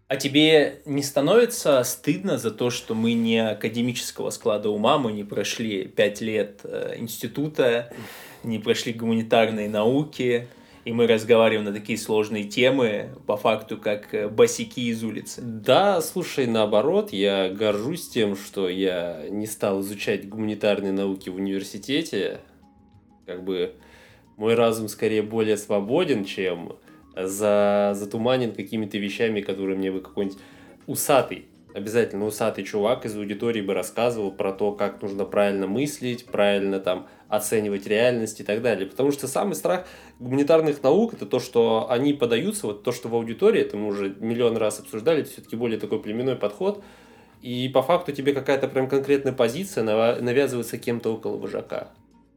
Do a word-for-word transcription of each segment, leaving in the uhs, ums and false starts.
А тебе не становится стыдно за то, что мы не академического склада ума, мы не прошли пять лет э, института, не прошли гуманитарные науки, и мы разговариваем на такие сложные темы, по факту, как э, босяки из улицы? Да, слушай, наоборот, я горжусь тем, что я не стал изучать гуманитарные науки в университете. Как бы мой разум скорее более свободен, чем за, затуманен какими-то вещами, которые мне бы какой-нибудь усатый, обязательно усатый чувак из аудитории бы рассказывал про то, как нужно правильно мыслить, правильно там оценивать реальность и так далее. Потому что самый страх гуманитарных наук — это то, что они подаются, вот то, что в аудитории, это мы уже миллион раз обсуждали, это все-таки более такой племенной подход, и по факту тебе какая-то прям конкретная позиция навязывается кем-то около вожака.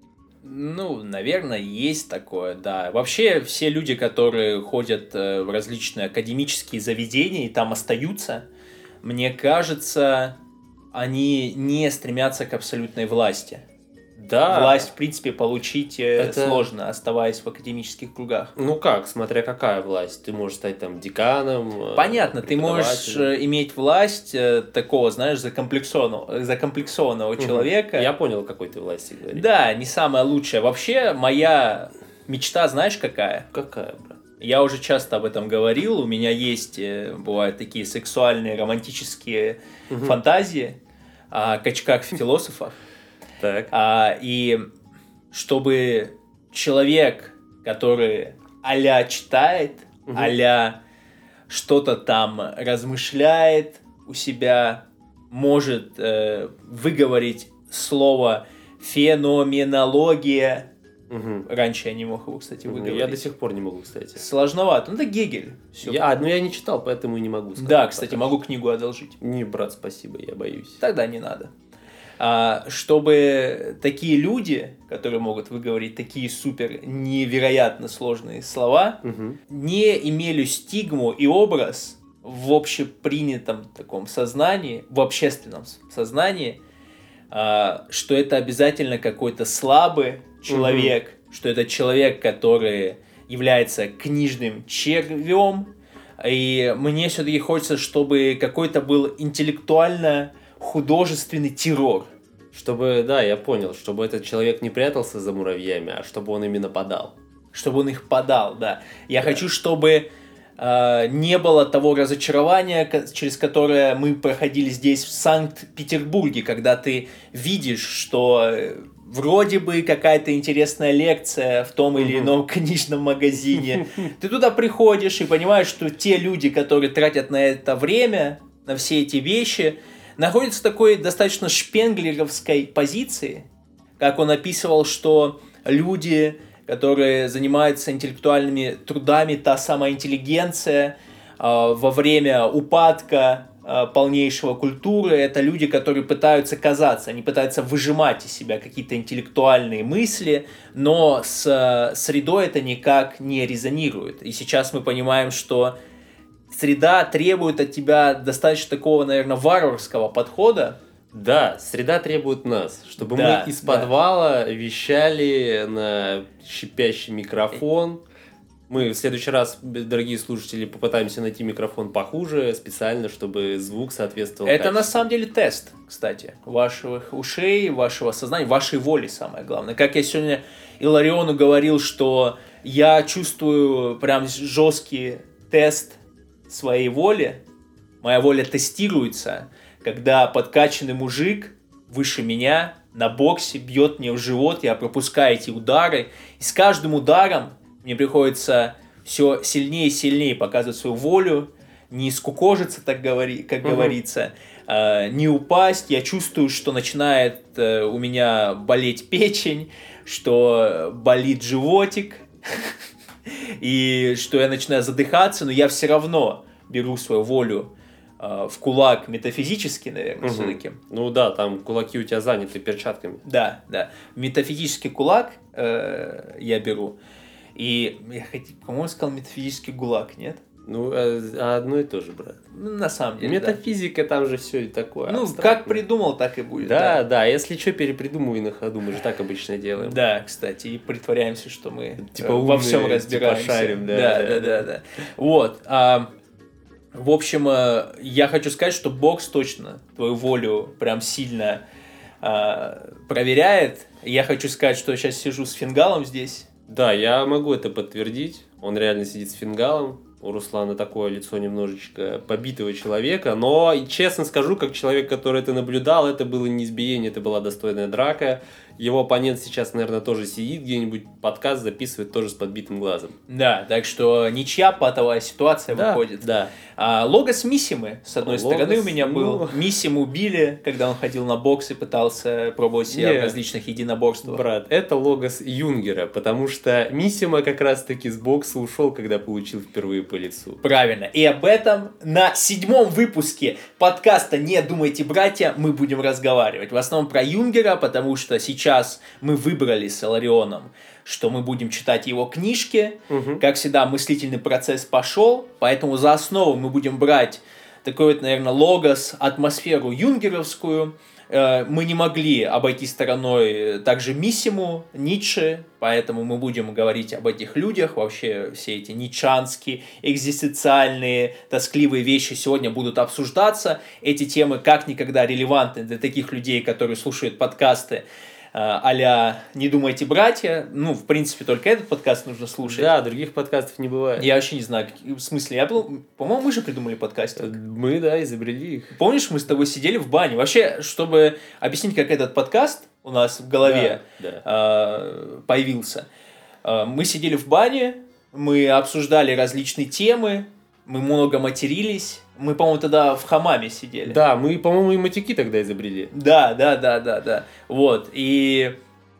Ну, наверное, есть такое, да. Вообще, все люди, которые ходят в различные академические заведения и там остаются, мне кажется, они не стремятся к абсолютной власти. Да. Власть, в принципе, получить это... сложно, оставаясь в академических кругах. Ну как, смотря какая власть. Ты можешь стать там деканом. Понятно, ты можешь иметь власть такого, знаешь, закомплексованного, закомплексованного угу. человека. Я понял, о какой ты власти говоришь. Да, не самая лучшая. Вообще, моя мечта, знаешь, какая? Какая, брат? Я уже часто об этом говорил. У меня есть, бывают такие сексуальные, романтические угу. фантазии о качках-философах. Так. А, и чтобы человек, который а-ля читает, угу. а-ля что-то там размышляет у себя, может э, выговорить слово феноменология. Угу. Раньше я не мог его, кстати, выговорить. Я до сих пор не могу, кстати. Сложновато. Ну, это Гегель. Все. Я, ну, я не читал, поэтому и не могу сказать. Да, кстати, пока. Могу книгу одолжить. Не, брат, спасибо, я боюсь. Тогда не надо. А, чтобы такие люди, которые могут выговорить такие супер невероятно сложные слова, угу. не имели стигму и образ в общепринятом таком сознании, в общественном сознании, а, что это обязательно какой-то слабый человек, угу. что это человек, который является книжным червем. И мне все-таки хочется, чтобы какой-то был интеллектуально художественный террор. Чтобы, да, я понял, чтобы этот человек не прятался за муравьями, а чтобы он именно подал. Чтобы он их подал, да. Я да. хочу, чтобы э, не было того разочарования, через которое мы проходили здесь, в Санкт-Петербурге, когда ты видишь, что вроде бы какая-то интересная лекция в том или ином книжном магазине. Ты туда приходишь и понимаешь, что те люди, которые тратят на это время, на все эти вещи, находится в такой достаточно шпенглеровской позиции, как он описывал, что люди, которые занимаются интеллектуальными трудами, та самая интеллигенция э, во время упадка э, полнейшего культуры, это люди, которые пытаются казаться, они пытаются выжимать из себя какие-то интеллектуальные мысли, но с э, средой это никак не резонирует. И сейчас мы понимаем, что среда требует от тебя достаточно такого, наверное, варварского подхода. Да, среда требует нас, чтобы да, мы из подвала да. вещали на шипящий микрофон. Мы в следующий раз, дорогие слушатели, попытаемся найти микрофон похуже, специально, чтобы звук соответствовал Это качеству. На самом деле тест, кстати, ваших ушей, вашего сознания, вашей воли, самое главное. Как я сегодня Илариону говорил, что я чувствую прям жесткий тест своей воли, моя воля тестируется, когда подкачанный мужик выше меня на боксе бьет мне в живот, я пропускаю эти удары, и с каждым ударом мне приходится все сильнее и сильнее показывать свою волю, не скукожиться, так говори, как угу. говорится, э, не упасть. Я чувствую, что начинает э, у меня болеть печень, что болит животик, и что я начинаю задыхаться, но я все равно беру свою волю э, в кулак метафизически, наверное, угу. все-таки. Ну да, там кулаки у тебя заняты перчатками. Да, да. Метафизический кулак э, я беру. И я, по-моему, сказал метафизический гулаг, нет? Ну, а одно и то же, брат. Ну, на самом деле, метафизика, да. Там же все такое. Ну, абстрактное. Как придумал, так и будет. Да, да, да. Если что, перепридумывай на ходу. Мы же так обычно делаем. Да, кстати. И притворяемся, что мы типа во умные, всем разбираемся. Типа шарим, да. Да, да, да, да. да. Вот. А, В общем, э, я хочу сказать, что бокс точно твою волю прям сильно э, проверяет. Я хочу сказать, что я сейчас сижу с фингалом здесь. Да, я могу это подтвердить. Он реально сидит с фингалом. У Руслана такое лицо немножечко побитого человека. Но, честно скажу, как человек, который это наблюдал, это было не избиение, это была достойная драка. Его оппонент сейчас, наверное, тоже сидит где-нибудь, подкаст записывает тоже с подбитым глазом. Да, так что ничья патовая ситуация да, выходит. Да. А, Логос Миссимы, с одной Логос, стороны, у меня ну... был. Миссиму убили, когда он ходил на бокс и пытался пробовать себя Не, в различных единоборствах. Брат, это Логос Юнгера, потому что Миссима как раз-таки с бокса ушел, когда получил впервые по лицу. Правильно. И об этом на седьмом выпуске подкаста «Не думайте, братья» мы будем разговаривать. В основном про Юнгера, потому что сейчас мы выбрали с Иларионом, что мы будем читать его книжки. Угу. Как всегда, мыслительный процесс пошел, поэтому за основу мы будем брать такой вот, наверное, логос, атмосферу юнгеровскую. Мы не могли обойти стороной также Миссиму, Ницше, поэтому мы будем говорить об этих людях. Вообще все эти ницшанские, экзистенциальные, тоскливые вещи сегодня будут обсуждаться. Эти темы как никогда релевантны для таких людей, которые слушают подкасты а-ля «Не думайте, братья». Ну, в принципе, только этот подкаст нужно слушать. Да, других подкастов не бывает. Я вообще не знаю, в смысле, я был... По-моему, мы же придумали подкастинг. Мы, да, изобрели их. Помнишь, мы с тобой сидели в бане? Вообще, чтобы объяснить, как этот подкаст у нас в голове да, да. э, появился, э, мы сидели в бане, мы обсуждали различные темы, мы много матерились. Мы, по-моему, тогда в хамаме сидели. Да, мы, по-моему, и матюки тогда изобрели. Да, да, да, да, да. Вот. И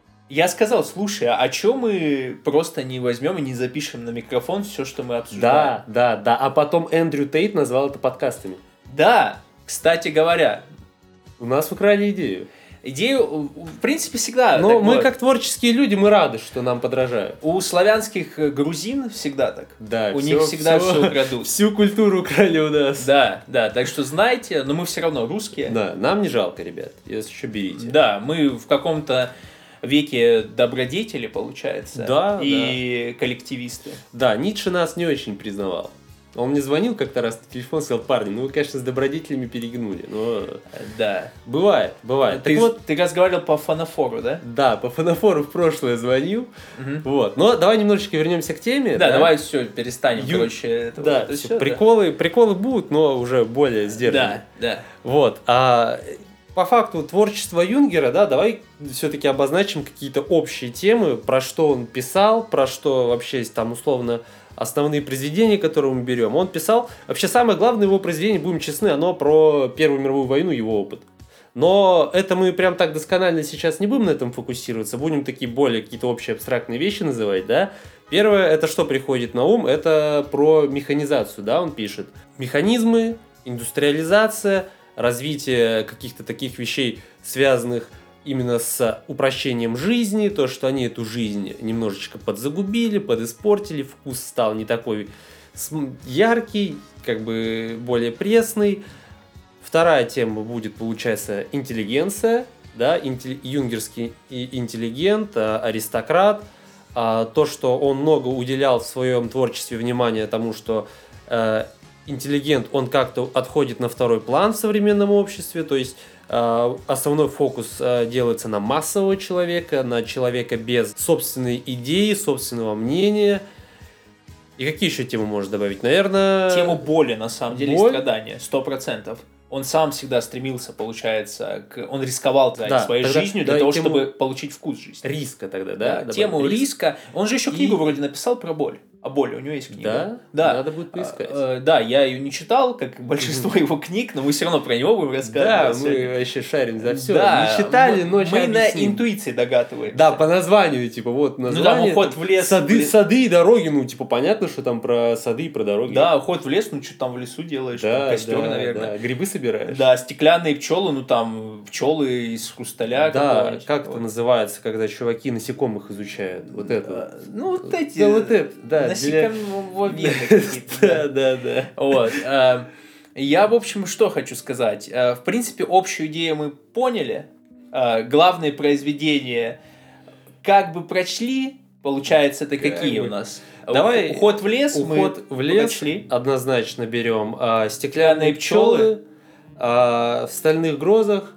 я сказал, слушай, а чё мы просто не возьмем и не запишем на микрофон все, что мы обсуждаем? Да, да, да. А потом Эндрю Тейт назвал это подкастами. Да, кстати говоря. У нас украли идею. Идею, в принципе, всегда. Но так мы, вот. как творческие люди, мы рады, что нам подражают. У славянских грузин всегда так. Да, у все, них всегда все, все украдут. Всю культуру украли у нас. Да, да, так что знайте, но мы все равно русские. Да, нам не жалко, ребят, если что, берите. Да, мы в каком-то веке добродетели, получается, да, и да. коллективисты. Да, Ницше нас не очень признавал. Он мне звонил как-то раз на телефон, сказал: парни, ну вы, конечно, с добродетелями перегнули, но... Да. Бывает, бывает. Ты, так вот, ты разговаривал по фонофору, да? Да, по фонофору в прошлое звонил. Угу. Вот. Но давай немножечко вернемся к теме. Да, да? давай все, перестанем, Ю... короче. Этого, да, это все, все, приколы, да. приколы будут, но уже более сдержанные. Да, да. Вот. А по факту творчества Юнгера, да, давай все-таки обозначим какие-то общие темы, про что он писал, про что вообще есть там условно основные произведения, которые мы берем. Он писал, вообще самое главное его произведение, будем честны, оно про Первую мировую войну, его опыт. Но это мы прям так досконально сейчас не будем на этом фокусироваться, будем такие более какие-то общие абстрактные вещи называть, да. Первое, это что приходит на ум, это про механизацию, да, он пишет. Механизмы, индустриализация, развитие каких-то таких вещей, связанных именно с упрощением жизни, то, что они эту жизнь немножечко подзагубили, подиспортили, вкус стал не такой яркий, как бы более пресный. Вторая тема будет, получается, интеллигенция, да, интелли- юнгерский интеллигент, аристократ, то, что он много уделял в своем творчестве внимания тому, что э, интеллигент, он как-то отходит на второй план в современном обществе, то есть основной фокус делается на массового человека, на человека без собственной идеи, собственного мнения. И какие еще темы можно добавить? Наверное... Тему боли, на самом деле, Боль? и страдания, сто процентов. Он сам всегда стремился, получается, к... он рисковал да, своей тогда, жизнью для да, того, тему... чтобы получить вкус жизни. Риска тогда, да? да тему Риск. риска. Он же еще книгу И... вроде написал про боль. О боли, у него есть книга. Да? Да. Надо будет поискать. А, э, да, я ее не читал, как большинство его книг, но мы все равно про него будем рассказывать. Да, мы вообще шарим за все. Да, не читали, мы, но мы на объясним. интуиции догадываемся. Да, по названию, типа, вот название. Ну да, уход в лес. Сады, в лес. сады и дороги, ну, типа, понятно, что там про сады и про дороги. Да, уход в лес, ну, что там в лесу делаешь, да, там костер, да, наверное. Да, грибы собираешь. Да, стеклянные пчелы, ну, там, пчелы из хрусталя. Да, как вот. это называется, когда чуваки насекомых изучают? Вот это. Ну, вот эти. Да, вот это, да. Насекомоведы какие-то. Да, да, да. Вот. Я, в общем, что хочу сказать. В принципе, общую идею мы поняли. Главные произведения как бы прочли, Получается, это какие у нас? Давай уход в лес. Уход мы в лес прочли. однозначно берем. А, стеклянные пчелы, а, в стальных грозах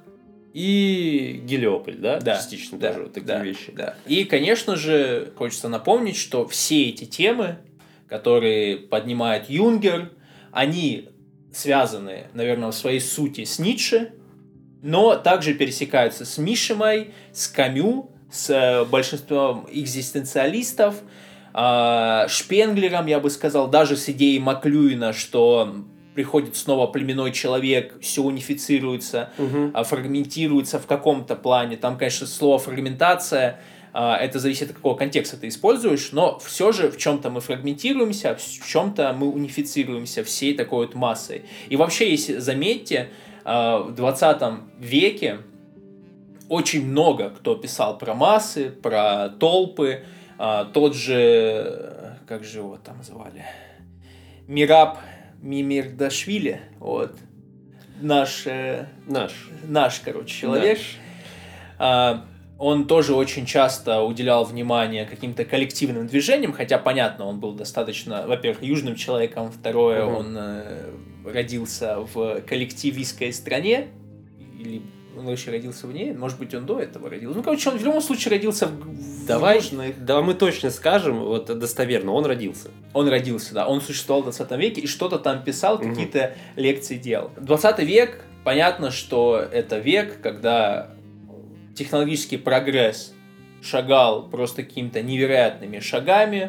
и Гелиополь, да? Да, Частично да, тоже вот такие да, вещи. Да. И, конечно же, хочется напомнить, что все эти темы, которые поднимает Юнгер, они связаны, наверное, в своей сути с Ницше, но также пересекаются с Мишимой, с Камю, с большинством экзистенциалистов, Шпенглером, я бы сказал, даже с идеей Маклюина, что приходит снова племенной человек, все унифицируется, угу. фрагментируется в каком-то плане. Там, конечно, слово фрагментация, это зависит от какого контекста ты используешь, но все же в чем-то мы фрагментируемся, в чем-то мы унифицируемся всей такой вот массой. И вообще, если заметьте, в двадцатом веке очень много кто писал про массы, про толпы. Тот же, как же его там звали, Мираб Мимирдашвили, вот, наш, наш, наш, короче, человек, наш. Он тоже очень часто уделял внимание каким-то коллективным движениям, хотя, понятно, он был достаточно, во-первых, южным человеком, второе, угу. он родился в коллективистской стране, или он вообще родился в ней, может быть, он до этого родился. Ну, короче, он в любом случае родился в... Давай, в нужных... давай мы точно скажем, вот достоверно, он родился. Он родился, да. Он существовал в двадцатом веке и что-то там писал, угу. какие-то лекции делал. двадцатый век, понятно, что это век, когда технологический прогресс шагал просто какими-то невероятными шагами,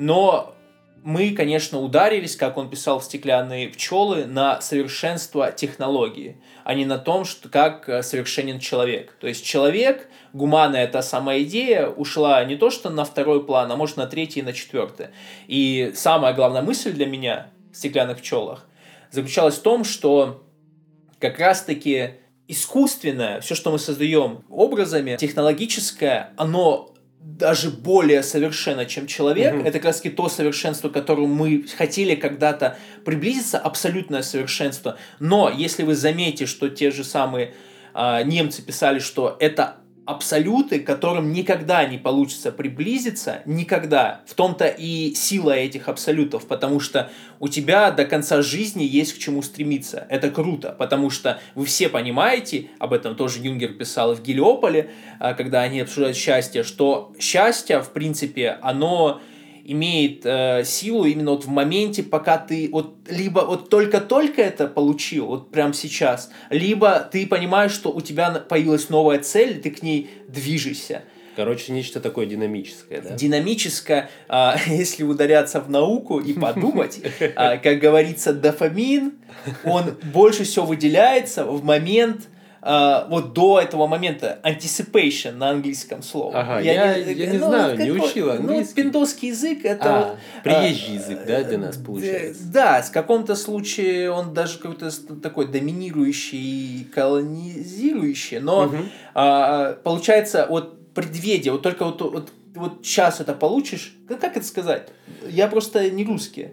но мы, конечно, ударились, как он писал в «Стеклянные пчелы», на совершенство технологии, а не на том, что как совершенен человек. То есть человек, гуманная та самая идея, ушла не то что на второй план, а может на третий и на четвертый. И самая главная мысль для меня в «Стеклянных пчелах» заключалась в том, что как раз-таки искусственное, все, что мы создаем образами, технологическое, оно даже более совершенно, чем человек. Mm-hmm. Это как раз-таки то совершенство, к которому мы хотели когда-то приблизиться, абсолютное совершенство. Но если вы заметите, что те же самые э, немцы писали, что это абсолюты, к которым никогда не получится приблизиться, никогда. В том-то и сила этих абсолютов, потому что у тебя до конца жизни есть к чему стремиться. Это круто, потому что вы все понимаете, об этом тоже Юнгер писал в Гелиополе, когда они обсуждают счастье, что счастье, в принципе, оно имеет э, силу именно вот в моменте, пока ты вот либо вот только-только это получил, вот прямо сейчас, либо ты понимаешь, что у тебя появилась новая цель, ты к ней движешься. Короче, нечто такое динамическое, да? Динамическое, э, если ударяться в науку и подумать, э, как говорится, дофамин, он больше всего выделяется в момент... Uh, вот до этого момента anticipation на английском слове. Ага, я, я, я не ну, знаю, не учил английский. Ну, пиндосский язык это а, вот, приезжий uh, язык, да, для нас получается. Да, в каком-то случае он даже какой-то такой доминирующий и колонизирующий, но uh-huh. uh, получается вот предведение, вот только вот, вот, вот сейчас это получишь, как это сказать? Я просто не русский.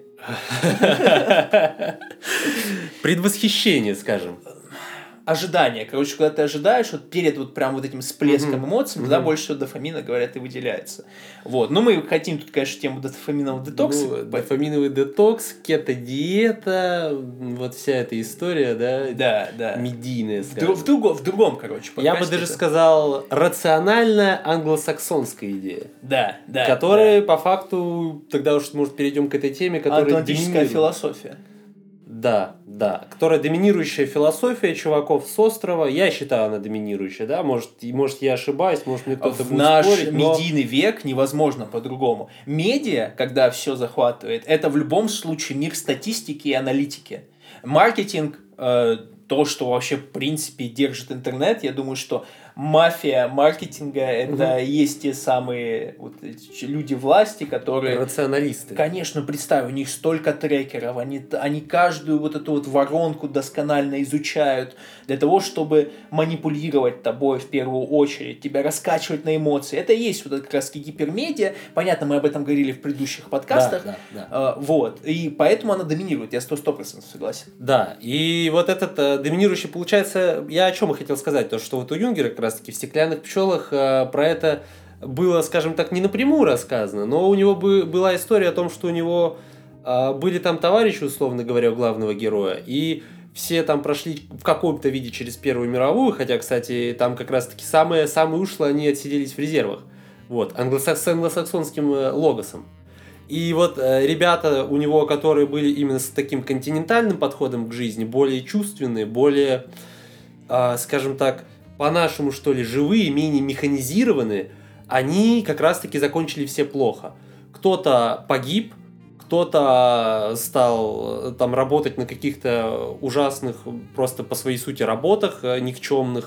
Предвосхищение, скажем. Ожидание. Короче, когда ты ожидаешь, вот перед вот прям вот этим всплеском mm-hmm. эмоций, тогда mm-hmm. больше всего дофамина, говорят, и выделяется. Вот. Но мы хотим тут, конечно, тему дофаминового детокса. Ну, дофаминовый детокс, кето-диета, вот вся эта история, да? Да, да. Медийная, скажем. В, в, другом, в другом, короче. Я бы даже это... сказал, рациональная англосаксонская идея. Да, да. Которая, да. по факту, тогда уж, может, перейдем к этой теме, которая атлантическая философия. Да, да, которая доминирующая философия чуваков с острова, я считаю, она доминирующая, да, может, может я ошибаюсь, может мне кто-то в будет наш спорить, но... медийный век невозможно по-другому. Медиа, когда все захватывает, это в любом случае мир статистики и аналитики. Маркетинг, э, то, что вообще в принципе держит интернет, я думаю, что мафия маркетинга это угу. есть те самые вот, люди власти, которые... Рационалисты. Конечно, представь, у них столько трекеров, они, они каждую вот эту вот воронку досконально изучают для того, чтобы манипулировать тобой в первую очередь, тебя раскачивать на эмоции. Это и есть вот как раз гипермедиа. Понятно, мы об этом говорили в предыдущих подкастах. Да, да, да. А, вот. И поэтому она доминирует, я сто процентов согласен. Да, и вот этот э, доминирующий, получается, я о чем и хотел сказать, то, что вот у Юнгера как раз-таки в «Стеклянных пчелах» э, про это было, скажем так, не напрямую рассказано, но у него бы, была история о том, что у него э, были там товарищи, условно говоря, у главного героя, и все там прошли в каком-то виде через Первую мировую, хотя, кстати, там как раз-таки самые, самые ушлые они отсиделись в резервах. Вот, англосакс, с англосаксонским э, логосом. И вот э, ребята у него, которые были именно с таким континентальным подходом к жизни, более чувственные, более, э, скажем так, по-нашему, что ли, живые, менее механизированные, они как раз-таки закончили все плохо. Кто-то погиб, кто-то стал там работать на каких-то ужасных, просто по своей сути, работах никчемных,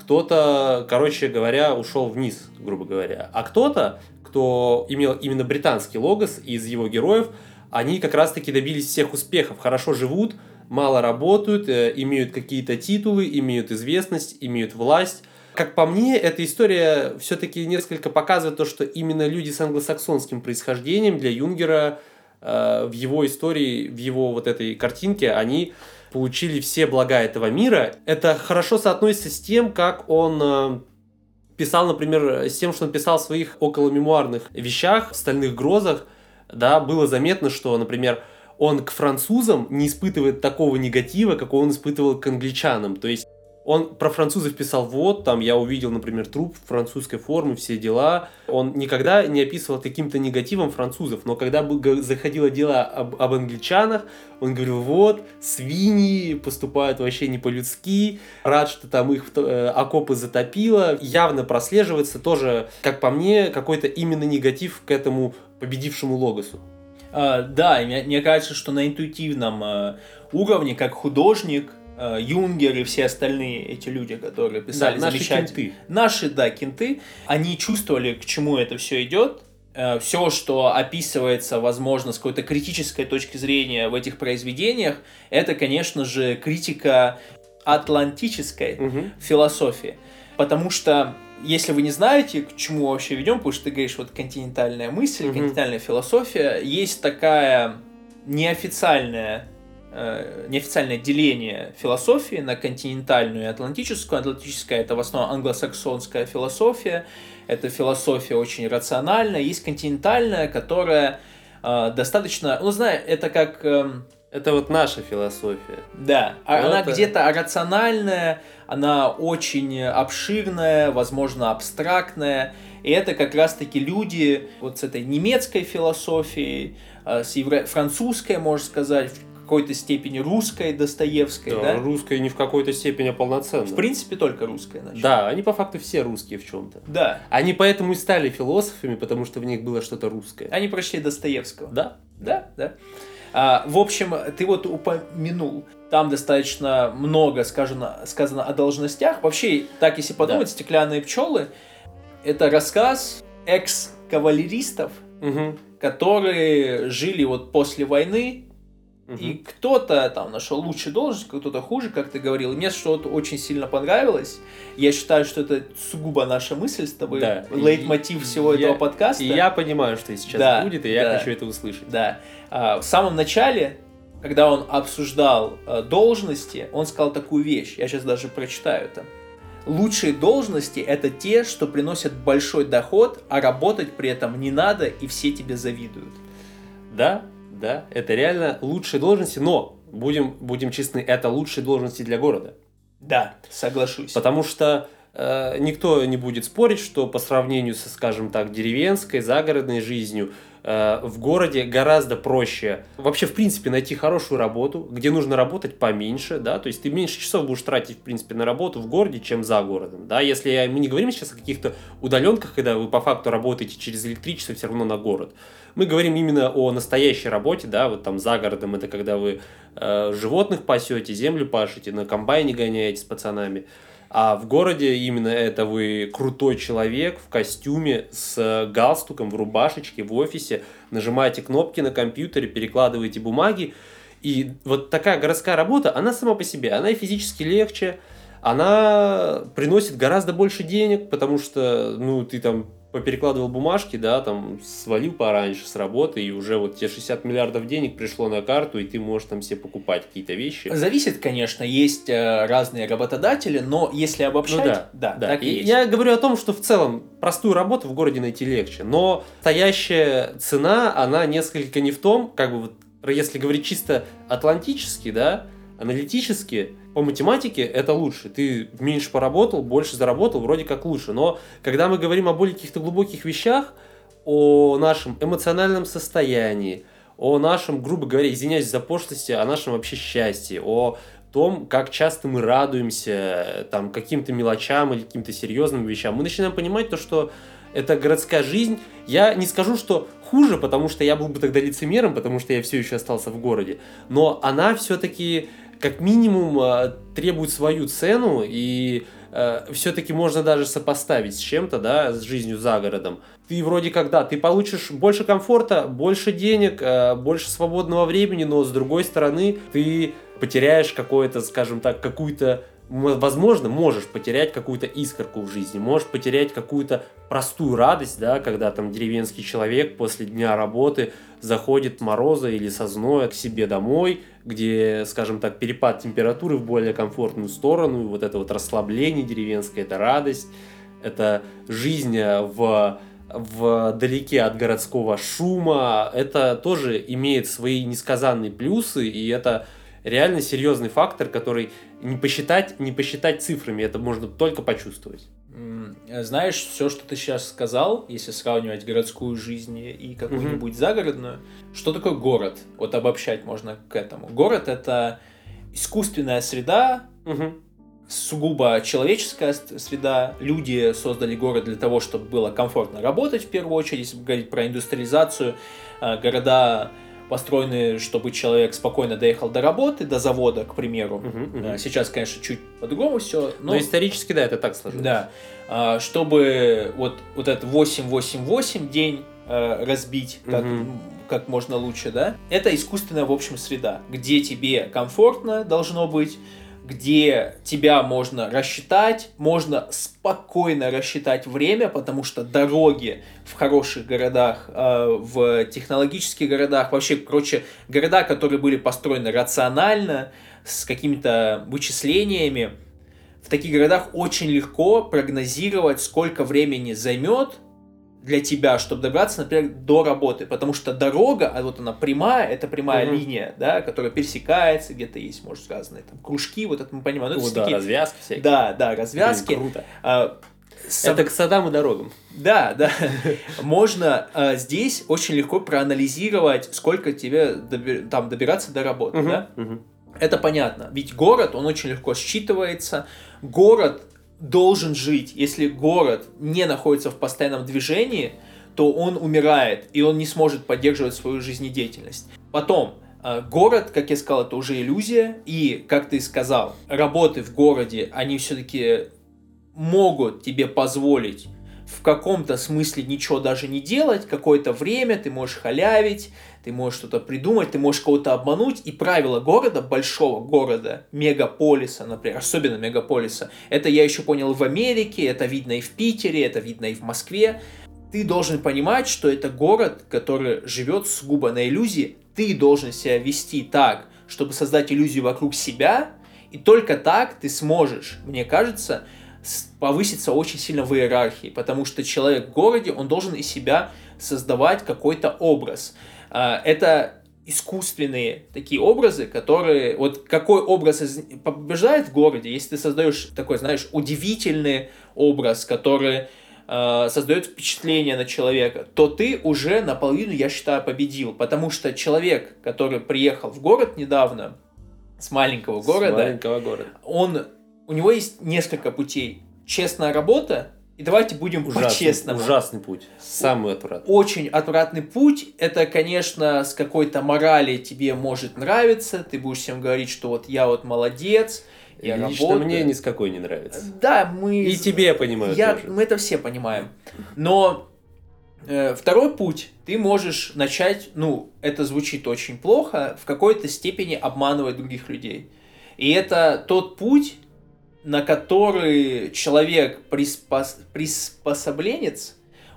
кто-то, короче говоря, ушел вниз, грубо говоря. А кто-то, кто имел именно британский логос из его героев, они как раз-таки добились всех успехов, хорошо живут, мало работают, имеют какие-то титулы, имеют известность, имеют власть. Как по мне, эта история все-таки несколько показывает то, что именно люди с англосаксонским происхождением для Юнгера э, в его истории, в его вот этой картинке, они получили все блага этого мира. Это хорошо соотносится с тем, как он э, писал, например, с тем, что он писал в своих околомемуарных вещах, в «Стальных грозах». Да, было заметно, что, например, он к французам не испытывает такого негатива, какого он испытывал к англичанам. То есть он про французов писал: вот, там я увидел, например, труп французской формы, все дела. Он никогда не описывал каким-то негативом французов, но когда заходило дело об, об англичанах, он говорил: вот, свиньи поступают вообще не по-людски, рад, что там их э, окопы затопило. Явно прослеживается тоже, как по мне, какой-то именно негатив к этому победившему логосу. А, да, мне, мне кажется, что на интуитивном э, уровне, как художник, Юнгер и все остальные эти люди, которые писали да, замечательно. Наши кенты. Наши, да, кенты. Они чувствовали, к чему это все идет. Все, что описывается, возможно, с какой-то критической точки зрения в этих произведениях, это, конечно же, критика атлантической угу. философии. Потому что, если вы не знаете, к чему вообще ведем, потому что ты говоришь, вот континентальная мысль, угу. континентальная философия, есть такая неофициальная неофициальное деление философии на континентальную и атлантическую. Атлантическая — это в основном англосаксонская философия, это философия очень рациональная. Есть континентальная, которая э, достаточно, ну, знаешь, это как... Э, это вот наша философия. Да, вот она это... где-то рациональная, она очень обширная, возможно, абстрактная. И это как раз-таки люди вот с этой немецкой философией, э, с евро... французской, можно сказать, в какой-то степени русской, Достоевской, да? Да, русская не в какой-то степени, а полноценно. В принципе, только русская. Значит. Да, они по факту все русские в чем-то. Да. Они поэтому и стали философами, потому что в них было что-то русское. Они прочли Достоевского. Да. Да, да. А, в общем, ты вот упомянул, там достаточно много сказано, сказано о должностях. Вообще, так если подумать, да. «Стеклянные пчелы» — это рассказ экс-кавалеристов, угу. которые жили вот после войны. Uh-huh. И кто-то там нашел лучшую должность, кто-то хуже, как ты говорил. И мне что-то очень сильно понравилось. Я считаю, что это сугубо наша мысль с тобой, да. лейтмотив и, всего я, этого подкаста. И я понимаю, что сейчас да, будет, и я да, хочу это услышать. Да. А, в самом начале, когда он обсуждал а, должности, он сказал такую вещь. Я сейчас даже прочитаю это. Лучшие должности — это те, что приносят большой доход, а работать при этом не надо, и все тебе завидуют. Да. Да, это реально лучшие должности, но, будем, будем честны, это лучшие должности для города. Да, соглашусь. Потому что э, никто не будет спорить, что по сравнению со, скажем так, деревенской, загородной жизнью, э, в городе гораздо проще вообще, в принципе, найти хорошую работу, где нужно работать поменьше, да, то есть ты меньше часов будешь тратить, в принципе, на работу в городе, чем за городом, да, если мы не говорим сейчас о каких-то удаленках, когда вы по факту работаете через электричество все равно на город. Мы говорим именно о настоящей работе, да, вот там за городом, это когда вы э, животных пасете, землю пашете, на комбайне гоняете с пацанами. А в городе именно это вы крутой человек в костюме с галстуком, в рубашечке, в офисе, нажимаете кнопки на компьютере, перекладываете бумаги. И вот такая городская работа, она сама по себе, она и физически легче, она приносит гораздо больше денег, потому что, ну, ты там поперекладывал бумажки, да, там, свалил пораньше с работы, и уже вот тебе шестьдесят миллиардов денег пришло на карту, и ты можешь там себе покупать какие-то вещи. Зависит, конечно, есть э, разные работодатели, но если обобщать, ну, да, да, да. так и, и есть. Я говорю о том, что в целом простую работу в городе найти легче, но настоящая цена, она несколько не в том, как бы вот, если говорить чисто атлантически, да, аналитически, по математике это лучше. Ты меньше поработал, больше заработал, вроде как лучше. Но когда мы говорим о более каких-то глубоких вещах, о нашем эмоциональном состоянии, о нашем, грубо говоря, извиняюсь за пошлости, о нашем вообще счастье, о том, как часто мы радуемся там, каким-то мелочам или каким-то серьезным вещам, мы начинаем понимать то, что это городская жизнь. Я не скажу, что хуже, потому что я был бы тогда лицемером, потому что я все еще остался в городе. Но она все-таки, как минимум, требует свою цену, и э, все-таки можно даже сопоставить с чем-то, да, с жизнью за городом. Ты вроде как, да, ты получишь больше комфорта, больше денег, э, больше свободного времени, но с другой стороны ты потеряешь какое-то, скажем так, какую-то, возможно, можешь потерять какую-то искорку в жизни, можешь потерять какую-то простую радость, да, когда там деревенский человек после дня работы заходит с мороза или со зноя к себе домой, где, скажем так, перепад температуры в более комфортную сторону, и вот это вот расслабление деревенское, это радость, это жизнь в, вдалеке от городского шума, это тоже имеет свои несказанные плюсы, и это реально серьезный фактор, который не посчитать, не посчитать цифрами, это можно только почувствовать. Знаешь, все, что ты сейчас сказал, если сравнивать городскую жизнь и какую-нибудь mm-hmm. загородную, что такое город? Вот обобщать можно к этому. Город — это искусственная среда, mm-hmm. сугубо человеческая среда. Люди создали город для того, чтобы было комфортно работать, в первую очередь, если говорить про индустриализацию. Города построены, чтобы человек спокойно доехал до работы, до завода, к примеру. Uh-huh, uh-huh. Сейчас, конечно, чуть по-другому все. Но... но исторически, да, это так сложилось. Да. Чтобы вот, вот этот восемь восемь восемь день разбить как, uh-huh. как можно лучше, да. Это искусственная, в общем, среда, где тебе комфортно должно быть, где тебя можно рассчитать, можно спокойно рассчитать время, потому что дороги в хороших городах, в технологических городах, вообще, короче, города, которые были построены рационально, с какими-то вычислениями, в таких городах очень легко прогнозировать, сколько времени займет для тебя, чтобы добраться, например, до работы, потому что дорога, а вот она прямая, это прямая угу. линия, да, которая пересекается, где-то есть, может, разные там кружки, вот это мы понимаем. Ну, да, такие... развязки всякие. Да, да, развязки. Блин, круто. А, Соб... Это к садам и дорогам. Да, да. Можно а, здесь очень легко проанализировать, сколько тебе доби... там добираться до работы, угу. да? Угу. Это понятно, ведь город, он очень легко считывается, город должен жить. Если город не находится в постоянном движении, то он умирает, и он не сможет поддерживать свою жизнедеятельность. Потом, город, как я сказал, это уже иллюзия, и, как ты сказал, работы в городе, они все-таки могут тебе позволить в каком-то смысле ничего даже не делать, какое-то время ты можешь халявить, ты можешь что-то придумать, ты можешь кого-то обмануть, и правила города, большого города, мегаполиса, например, особенно мегаполиса, это я еще понял в Америке, это видно и в Питере, это видно и в Москве. Ты должен понимать, что это город, который живет сугубо на иллюзии, ты должен себя вести так, чтобы создать иллюзию вокруг себя, и только так ты сможешь, мне кажется, повыситься очень сильно в иерархии, потому что человек в городе, он должен из себя создавать какой-то образ. Это искусственные такие образы, которые... Вот какой образ побеждает в городе, если ты создаешь такой, знаешь, удивительный образ, который э, создает впечатление на человека, то ты уже наполовину, я считаю, победил. Потому что человек, который приехал в город недавно, с маленького города, с маленького города. он... У него есть несколько путей. Честная работа, и давайте будем ужасный, по-честному. Ужасный путь, самый отвратный. Очень отвратный путь. Это, конечно, с какой-то морали тебе может нравиться. Ты будешь всем говорить, что вот я вот молодец, я Лично работаю. мне ни с какой не нравится. Да, мы... И тебе, я понимаю, я... тоже. Мы это все понимаем. Но э, второй путь, ты можешь начать, ну, это звучит очень плохо, в какой-то степени обманывать других людей. И это тот путь, на который человек приспос... приспособленец,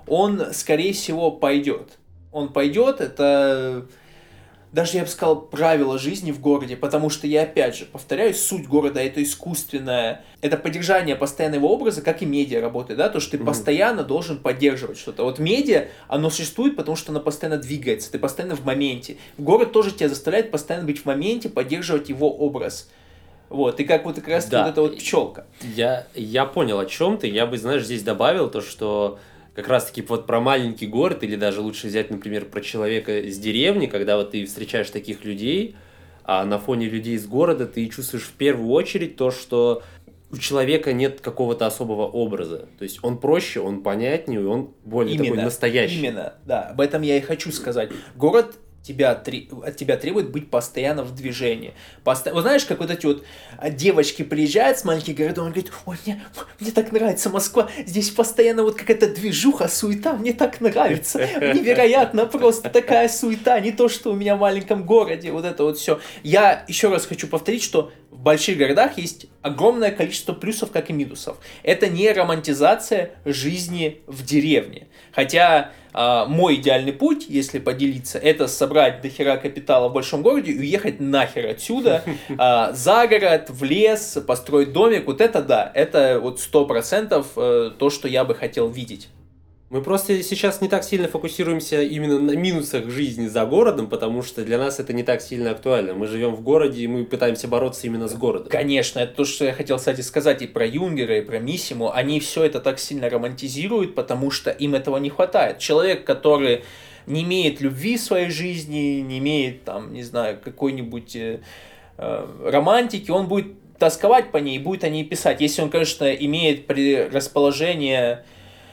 он, скорее всего, пойдет. Он пойдет, это... Даже, я бы сказал, правило жизни в городе, потому что я, опять же, повторяю, суть города — это искусственное, это поддержание постоянного образа, как и медиа работает, да, то, что ты mm-hmm. постоянно должен поддерживать что-то. Вот медиа, оно существует, потому что оно постоянно двигается, ты постоянно в моменте. Город тоже тебя заставляет постоянно быть в моменте, поддерживать его образ. Вот, и как вот как раз да. вот эта вот пчелка. Я, я понял, о чем ты, я бы, знаешь, здесь добавил то, что... Как раз-таки вот про маленький город, или даже лучше взять, например, про человека из деревни, когда вот ты встречаешь таких людей, а на фоне людей из города ты чувствуешь в первую очередь то, что у человека нет какого-то особого образа. То есть он проще, он понятнее, он более именно, такой настоящий. Именно, да, об этом я и хочу сказать. Город... Тебя, от тебя требует быть постоянно в движении. Посто... Вот знаешь, как вот эти вот девочки приезжают с маленьких городов, он говорит: ой, мне, мне так нравится Москва, здесь постоянно вот какая-то движуха, суета, мне так нравится, невероятно просто такая суета, не то, что у меня в маленьком городе, вот это вот все. Я еще раз хочу повторить, что в больших городах есть огромное количество плюсов, как и минусов. Это не романтизация жизни в деревне. Хотя э, мой идеальный путь, если поделиться, это собрать дохера капитала в большом городе и уехать нахер отсюда, э, за город, в лес, построить домик. Вот это да, это вот сто процентов э, то, что я бы хотел видеть. Мы просто сейчас не так сильно фокусируемся именно на минусах жизни за городом, потому что для нас это не так сильно актуально. Мы живем в городе, и мы пытаемся бороться именно с городом. Конечно, это то, что я хотел, кстати, сказать и про Юнгера, и про Миссиму. Они все это так сильно романтизируют, потому что им этого не хватает. Человек, который не имеет любви в своей жизни, не имеет, там, не знаю, какой-нибудь э, э, романтики, он будет тосковать по ней, будет о ней писать. Если он, конечно, имеет расположение...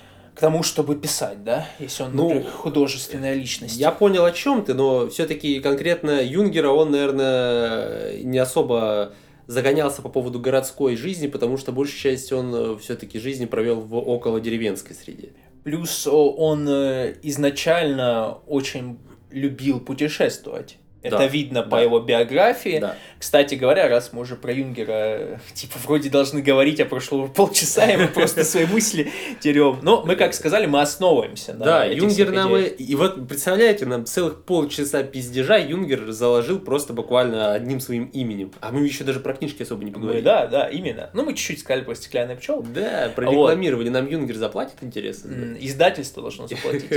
к тому, чтобы писать, да, если он, например, ну, художественная личность. Я понял, о чем ты, но все-таки конкретно Юнгера он, наверное, не особо загонялся по поводу городской жизни, потому что большую часть он все-таки жизни провел в около деревенской среде. Плюс он изначально очень любил путешествовать. Это да, видно да. по его биографии. Да. Кстати говоря, раз мы уже про Юнгера типа вроде должны говорить, а прошло полчаса, и мы просто свои мысли терем. Но мы, как сказали, мы основываемся. Да, Юнгер нам... И вот, представляете, нам целых полчаса пиздежа Юнгер заложил просто буквально одним своим именем. А мы еще даже про книжки особо не поговорили. Мы, да, да, именно. Ну, мы чуть-чуть сказали про «Стеклянная пчела». Да, прорекламировали. Вот. Нам Юнгер заплатит, интересно? Да? Издательство должно заплатить.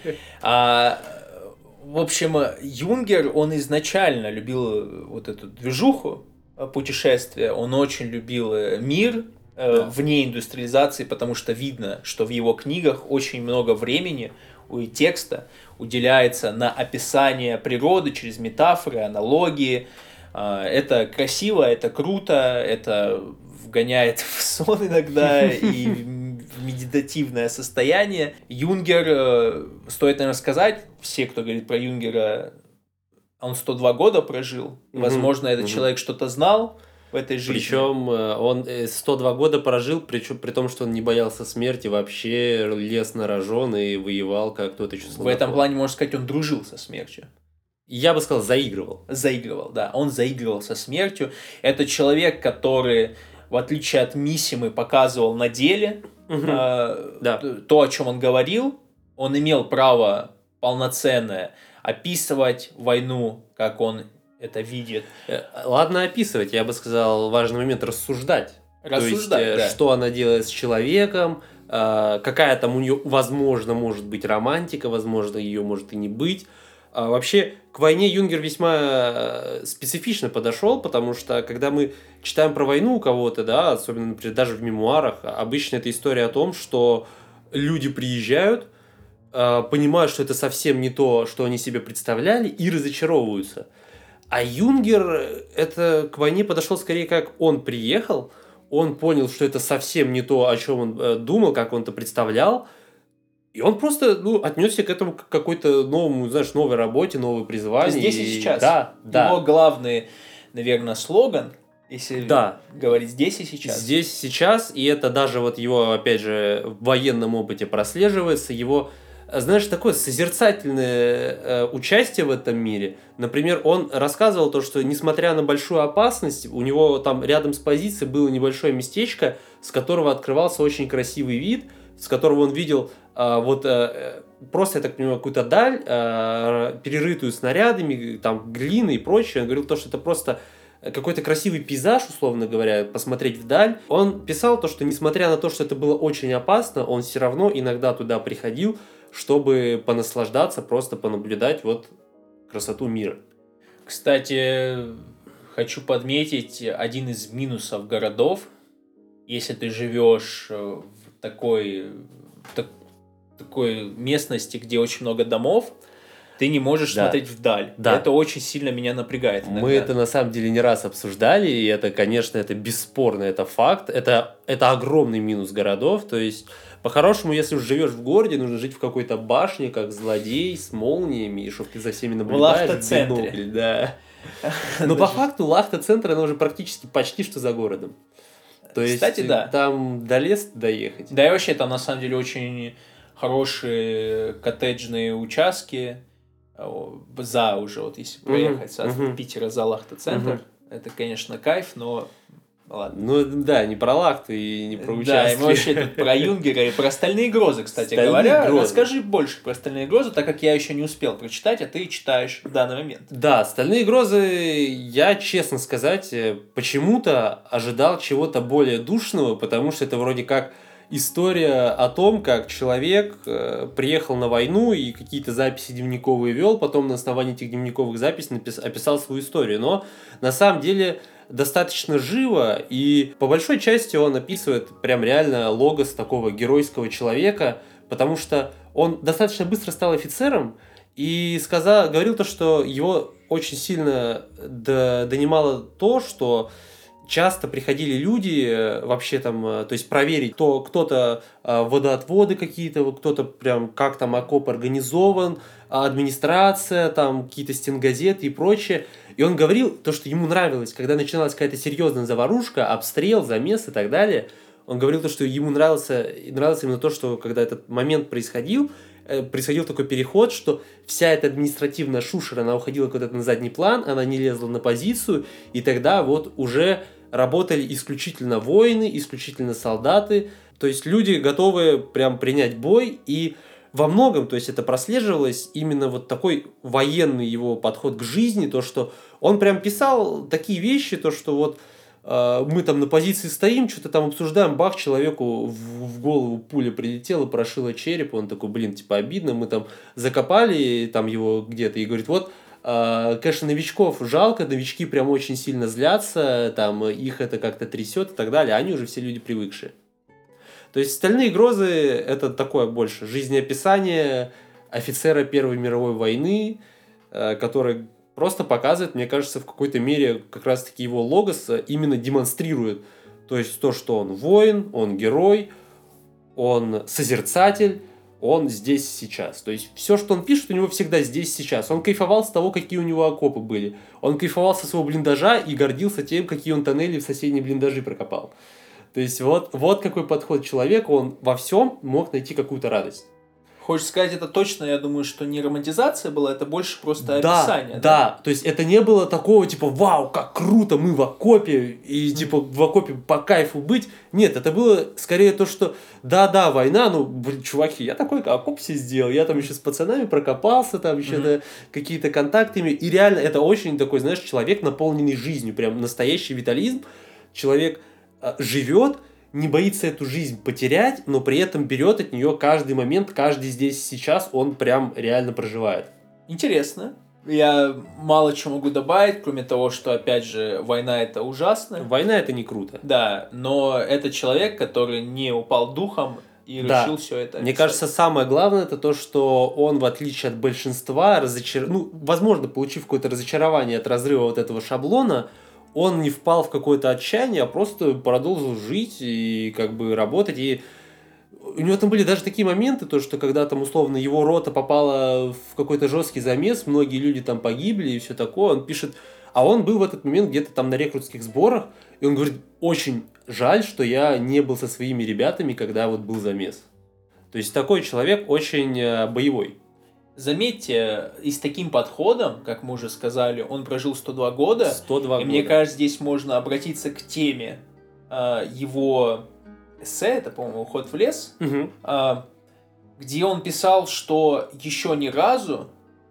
В общем, Юнгер, он изначально любил вот эту движуху, путешествия, он очень любил мир да. вне индустриализации, потому что видно, что в его книгах очень много времени и текста уделяется на описание природы через метафоры, аналогии. Это красиво, это круто, это вгоняет в сон иногда и в медитативное состояние. Юнгер, стоит, наверное, сказать, все, кто говорит про Юнгера, он сто два года прожил. Возможно, mm-hmm. этот mm-hmm. человек что-то знал в этой жизни. Причем он сто два года прожил, причем при том, что он не боялся смерти, вообще лез на рожон и воевал, как кто-то еще В этом плане, можно сказать, он дружил со смертью. Я бы сказал, заигрывал. Заигрывал, да. Он заигрывал со смертью. Это человек, который, в отличие от Миссимы, показывал на деле угу. э, да. то, о чем он говорил. Он имел право полноценное описывать войну, как он это видит. Ладно описывать, я бы сказал, важный момент рассуждать. Рассуждать, То есть, да. Что она делает с человеком, какая там у нее, возможно, может быть романтика, возможно, ее может и не быть. А вообще, к войне Юнгер весьма специфично подошел, потому что, когда мы читаем про войну у кого-то, да, особенно, например, даже в мемуарах, обычно это история о том, что люди приезжают, понимают, что это совсем не то, что они себе представляли, и разочаровываются. А Юнгер это к войне подошел скорее как он приехал, он понял, что это совсем не то, о чем он думал, как он это представлял, и он просто ну, отнесся к этому к какой-то новому, знаешь, новой работе, новой призванию. Здесь и сейчас. Да, да. Его главный, наверное, слоган, если да. говорить здесь и сейчас. Здесь и сейчас, и это даже вот его, опять же, в военном опыте прослеживается, его, знаешь, такое созерцательное э, участие в этом мире. Например, он рассказывал то, что несмотря на большую опасность, у него там рядом с позицией было небольшое местечко, с которого открывался очень красивый вид, с которого он видел а, вот а, просто, я так понимаю, какую-то даль, а, перерытую снарядами, там, глиной и прочее. Он говорил то, что это просто какой-то красивый пейзаж, условно говоря, посмотреть вдаль. Он писал то, что несмотря на то, что это было очень опасно, он все равно иногда туда приходил, чтобы понаслаждаться, просто понаблюдать вот красоту мира. Кстати, хочу подметить один из минусов городов. Если ты живешь в такой, в так, такой местности, где очень много домов, ты не можешь Да. смотреть вдаль. Да. Это очень сильно меня напрягает иногда. Мы это на самом деле не раз обсуждали, и это, конечно, это бесспорно, это факт. Это, это огромный минус городов. То есть, по-хорошему, если уж живешь в городе, нужно жить в какой-то башне, как злодей, с молниями, и чтобы ты за всеми наблюдаешь. В Лахта-центре. Бинокль, да. Но по факту Лахта-центр, она уже практически почти что за городом. То есть, Кстати, да. Там до леса доехать. Да и вообще там на самом деле очень хорошие коттеджные участки. За уже, вот если проехать uh-huh, от uh-huh. Питера за Лахта-центр, uh-huh. это, конечно, кайф, но ладно. Ну да, не про Лахту и не про участки. Да, и мы вообще тут про Юнгера и про «Стальные грозы», кстати Стальные говоря. Грозы. Расскажи больше про «Стальные грозы», так как я еще не успел прочитать, а ты читаешь в данный момент. Да, «Стальные грозы», я, честно сказать, почему-то ожидал чего-то более душного, потому что это вроде как история о том, как человек э, приехал на войну и какие-то записи дневниковые вел, потом на основании этих дневниковых записей напис- описал свою историю. Но на самом деле достаточно живо, и по большой части он описывает прям реально логос такого геройского человека, потому что он достаточно быстро стал офицером и сказал, говорил то, что его очень сильно до, донимало то, что часто приходили люди вообще там, то есть проверить, кто, кто-то водоотводы какие-то, кто-то прям как там окоп организован, администрация, там какие-то стенгазеты и прочее. И он говорил то, что ему нравилось, когда начиналась какая-то серьезная заварушка, обстрел, замес и так далее. Он говорил то, что ему нравился, нравилось именно то, что когда этот момент происходил, происходил такой переход, что вся эта административная шушера, она уходила куда-то на задний план, она не лезла на позицию, и тогда вот уже работали исключительно воины, исключительно солдаты, то есть люди готовые прям принять бой, и во многом, то есть это прослеживалось именно вот такой военный его подход к жизни, то, что он прям писал такие вещи, то, что вот э, мы там на позиции стоим, что-то там обсуждаем, бах, человеку в, в голову пуля прилетела, прошила череп, он такой, блин, типа обидно, мы там закопали там его где-то, и говорит, вот, э, конечно, новичков жалко, новички прям очень сильно злятся, там их это как-то трясет и так далее, а они уже все люди привыкшие. То есть «Стальные грозы» — это такое больше жизнеописание офицера Первой мировой войны, который просто показывает, мне кажется, в какой-то мере как раз-таки его логос именно демонстрирует. То есть то, что он воин, он герой, он созерцатель, он здесь сейчас. То есть все, что он пишет, у него всегда здесь сейчас. Он кайфовал с того, какие у него окопы были. Он кайфовал со своего блиндажа и гордился тем, какие он тоннели в соседние блиндажи прокопал. То есть вот, вот какой подход человека, он во всем мог найти какую-то радость. Хочешь сказать, это точно, я думаю, что не романтизация была, это больше просто да, описание. Да, да, то есть это не было такого типа, вау, как круто, мы в окопе, и mm-hmm. типа в окопе по кайфу быть. Нет, это было скорее то, что да-да, война, ну, блин, чуваки, я такой окоп себе сделал, я там еще с пацанами прокопался, там еще mm-hmm. да, какие-то контакты имею. И реально это очень такой, знаешь, человек, наполненный жизнью, прям настоящий витализм. Человек э, живет, не боится эту жизнь потерять, но при этом берет от нее каждый момент, каждый здесь сейчас, он прям реально проживает. Интересно. Я мало чего могу добавить, кроме того, что, опять же, война — это ужасно. Война — это не круто. Да, но это человек, который не упал духом и да. решил все это описать. Мне кажется, самое главное — это то, что он, в отличие от большинства, разочар... ну, возможно, получив какое-то разочарование от разрыва вот этого шаблона, он не впал в какое-то отчаяние, а просто продолжил жить и как бы работать. И у него там были даже такие моменты, то, что когда там условно его рота попала в какой-то жесткий замес, многие люди там погибли и все такое, он пишет, а он был в этот момент где-то там на рекрутских сборах, и он говорит, очень жаль, что я не был со своими ребятами, когда вот был замес. То есть такой человек очень боевой. Заметьте, и с таким подходом, как мы уже сказали, он прожил сто два года. сто два и года. Мне кажется, здесь можно обратиться к теме э, его эссе, это, по-моему, «Уход в лес». Угу. Э, где он писал, что еще ни разу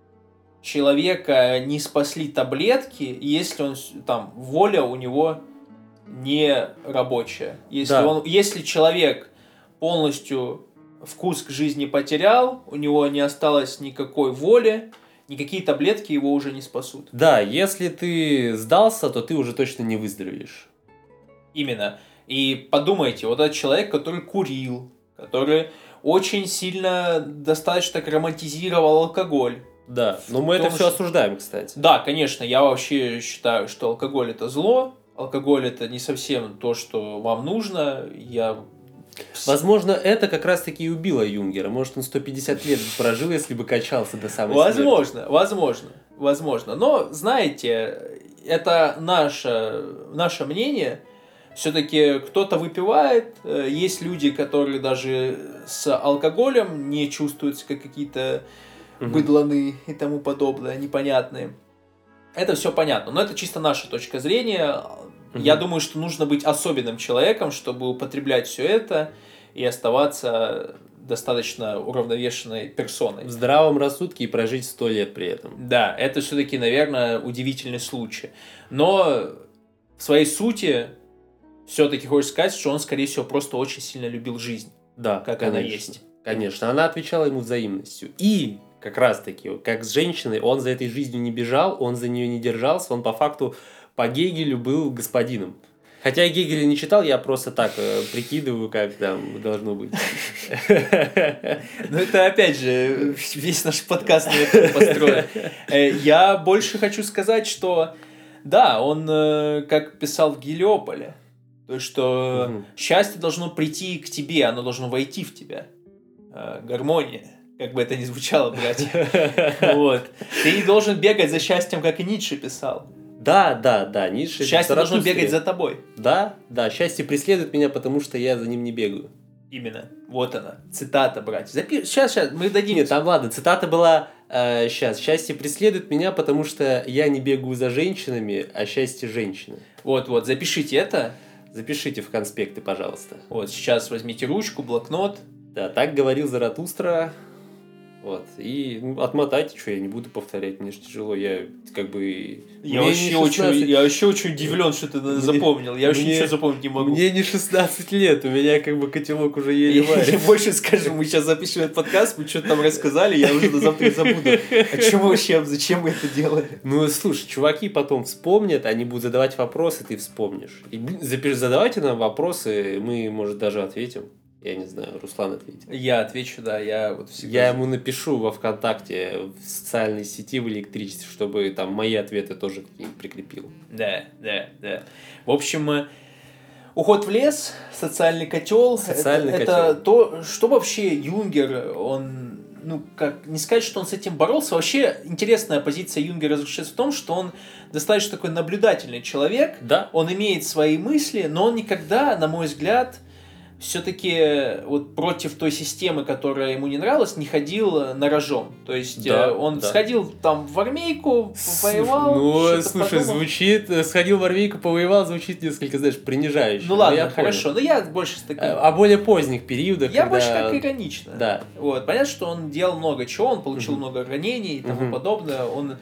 человека не спасли таблетки, если он там воля у него не рабочая. Если, Да. он, если человек полностью вкус к жизни потерял, у него не осталось никакой воли, никакие таблетки его уже не спасут. Да, если ты сдался, то ты уже точно не выздоровеешь. Именно. И подумайте, вот этот человек, который курил, который очень сильно достаточно так романтизировал алкоголь. Да, но мы В том, это все что- осуждаем, кстати. Да, конечно, я вообще считаю, что алкоголь это зло, алкоголь это не совсем то, что вам нужно. Я... Возможно, это как раз-таки и убило Юнгера. Может, он сто пятьдесят лет прожил, если бы качался до самой смерти. Возможно, возможно, возможно. Но, знаете, это наше, наше мнение. Все-таки кто-то выпивает, э, есть люди, которые даже с алкоголем не чувствуют себя как какие-то Мгм. быдланы и тому подобное, непонятные. Это все понятно, но это чисто наша точка зрения. Мгм. Я думаю, что нужно быть особенным человеком, чтобы употреблять все это и оставаться достаточно уравновешенной персоной. В здравом рассудке и прожить сто лет при этом. Да, это все-таки, наверное, удивительный случай. Но в своей сути все-таки хочется сказать, что он, скорее всего, просто очень сильно любил жизнь, Да, как конечно. она есть. Конечно, она отвечала ему взаимностью. И как раз-таки, как с женщиной, он за этой жизнью не бежал, он за нее не держался, он по факту по Гегелю был господином. Хотя я Гегеля не читал, я просто так э, прикидываю, как там должно быть. Ну, это, опять же, весь наш подкаст на этом построен. Э, Я больше хочу сказать, что, да, он, э, как писал в Гелиополе, то, что Мгм. счастье должно прийти к тебе, оно должно войти в тебя. Э, Гармония, как бы это ни звучало, братья. Вот. Ты не должен бегать за счастьем, как и Ницше писал. Да, да, да, Ницше. Счастье должно Заратустре. бегать за тобой. Да, да, счастье преследует меня, потому что я за ним не бегаю. Именно. Вот она. Цитата, братья. Запи... Сейчас, сейчас, мы дадим. Нет, там ладно, цитата была сейчас. Счастье преследует меня, потому что я не бегаю за женщинами, а счастье женщины. Вот, вот, запишите это. Запишите в конспекты, пожалуйста. Вот, сейчас возьмите ручку, блокнот. Да, так говорил Заратустра. Вот. И ну, отмотайте, что я не буду повторять, мне же тяжело. Я как бы. Я мне вообще, не очень, шестнадцать я вообще очень удивлен, что ты Мне- запомнил. Я вообще мне- ничего запомнить не могу. Мне не шестнадцать лет, у меня как бы котелок уже еле Я варит. больше скажу, мы сейчас запишем этот подкаст, мы что-то там рассказали, я уже до завтра забуду. О чем вообще, зачем мы это делали? Ну, слушай, чуваки потом вспомнят, они будут задавать вопросы, ты вспомнишь. И блин, запиш- задавайте нам вопросы, мы, может, даже ответим. Я не знаю, Руслан ответит. Я отвечу, да, я вот всегда... Я ему напишу во ВКонтакте, в социальной сети, в электричестве, чтобы там мои ответы тоже какие-нибудь прикрепил. Да, да, да. В общем, э, уход в лес, социальный котел. Социальный это, котел. это то, что вообще Юнгер, он, ну, как, не сказать, что он с этим боролся. Вообще, интересная позиция Юнгера заключается в том, что он достаточно такой наблюдательный человек. Да? Он имеет свои мысли, но он никогда, на мой взгляд, все-таки вот против той системы, которая ему не нравилась, не ходил на рожон. То есть Да, э, он да. сходил там в армейку, повоевал. Ну, что-то слушай, подумал. звучит, э, сходил в армейку, повоевал, звучит несколько, знаешь, принижающе. Ну Но ладно, я понял. хорошо. Но я больше с таким... О более поздних периодах, Я когда... больше как иронично. Да. Вот. Понятно, что он делал много чего, он получил Мгм. много ранений и тому Мгм. подобное. Он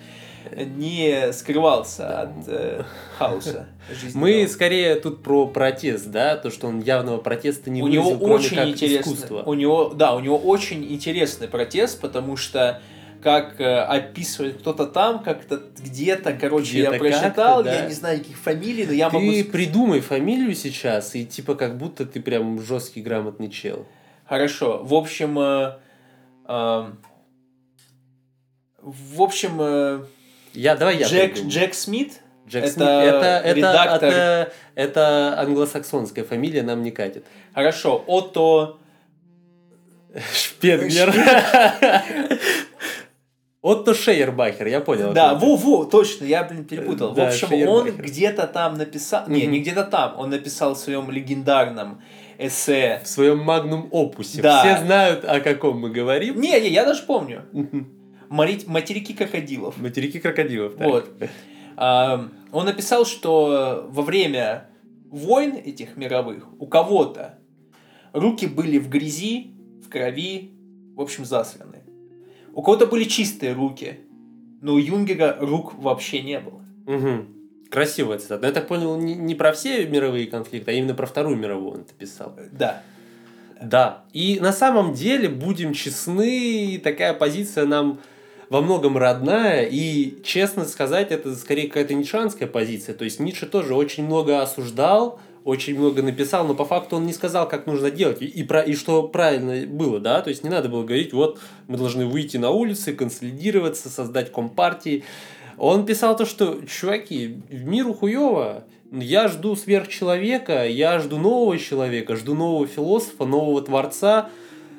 не скрывался от э, хаоса жизненного. Мы скорее тут про протест, да, то, что он явного протеста не у него выразил, кроме очень как интересный, искусства. у него, да, у него очень интересный протест, потому что как э, описывает кто-то там, как-то где-то, короче, я Где-то прочитал, как-то, да. я не знаю никаких фамилий, но я Ты могу... придумай фамилию сейчас, и типа как будто ты прям жесткий, грамотный чел. Хорошо. В общем, э, э, в общем, э, Я, давай я Джек, придумаю. Джек Смит. Джек это Смит. Это, это, редактор. это, это англосаксонская фамилия, нам не катит. Хорошо. Отто... Шпенгер. Отто Шейербахер, я понял. Да, о ком ты. во-во, точно, я, блин, перепутал. Да, в общем, Шейербахер. он где-то там написал... Не, Мгм. не где-то там. Он написал в своем легендарном эссе... В своем магнум опусе. Да. Все знают, о каком мы говорим. Не, не, я даже помню. Мори- Материки крокодилов. Материки крокодилов. так. Вот. А, он написал, что во время войн этих мировых у кого-то руки были в грязи, в крови, в общем, засранные. У кого-то были чистые руки, но у Юнгера рук вообще не было. Угу. Красивая цитата. Но я так понял, не, не про все мировые конфликты, а именно про Вторую мировую он это писал. Да. Да. И на самом деле, будем честны, такая позиция нам во многом родная, и, честно сказать, это скорее какая-то ницшеанская позиция. То есть Ницше тоже очень много осуждал, очень много написал, но по факту он не сказал, как нужно делать, и, и, про, и что правильно было, да, то есть не надо было говорить, вот, мы должны выйти на улицы, консолидироваться, создать компартии. Он писал то, что, чуваки, миру хуёво, я жду сверхчеловека, я жду нового человека, жду нового философа, нового творца,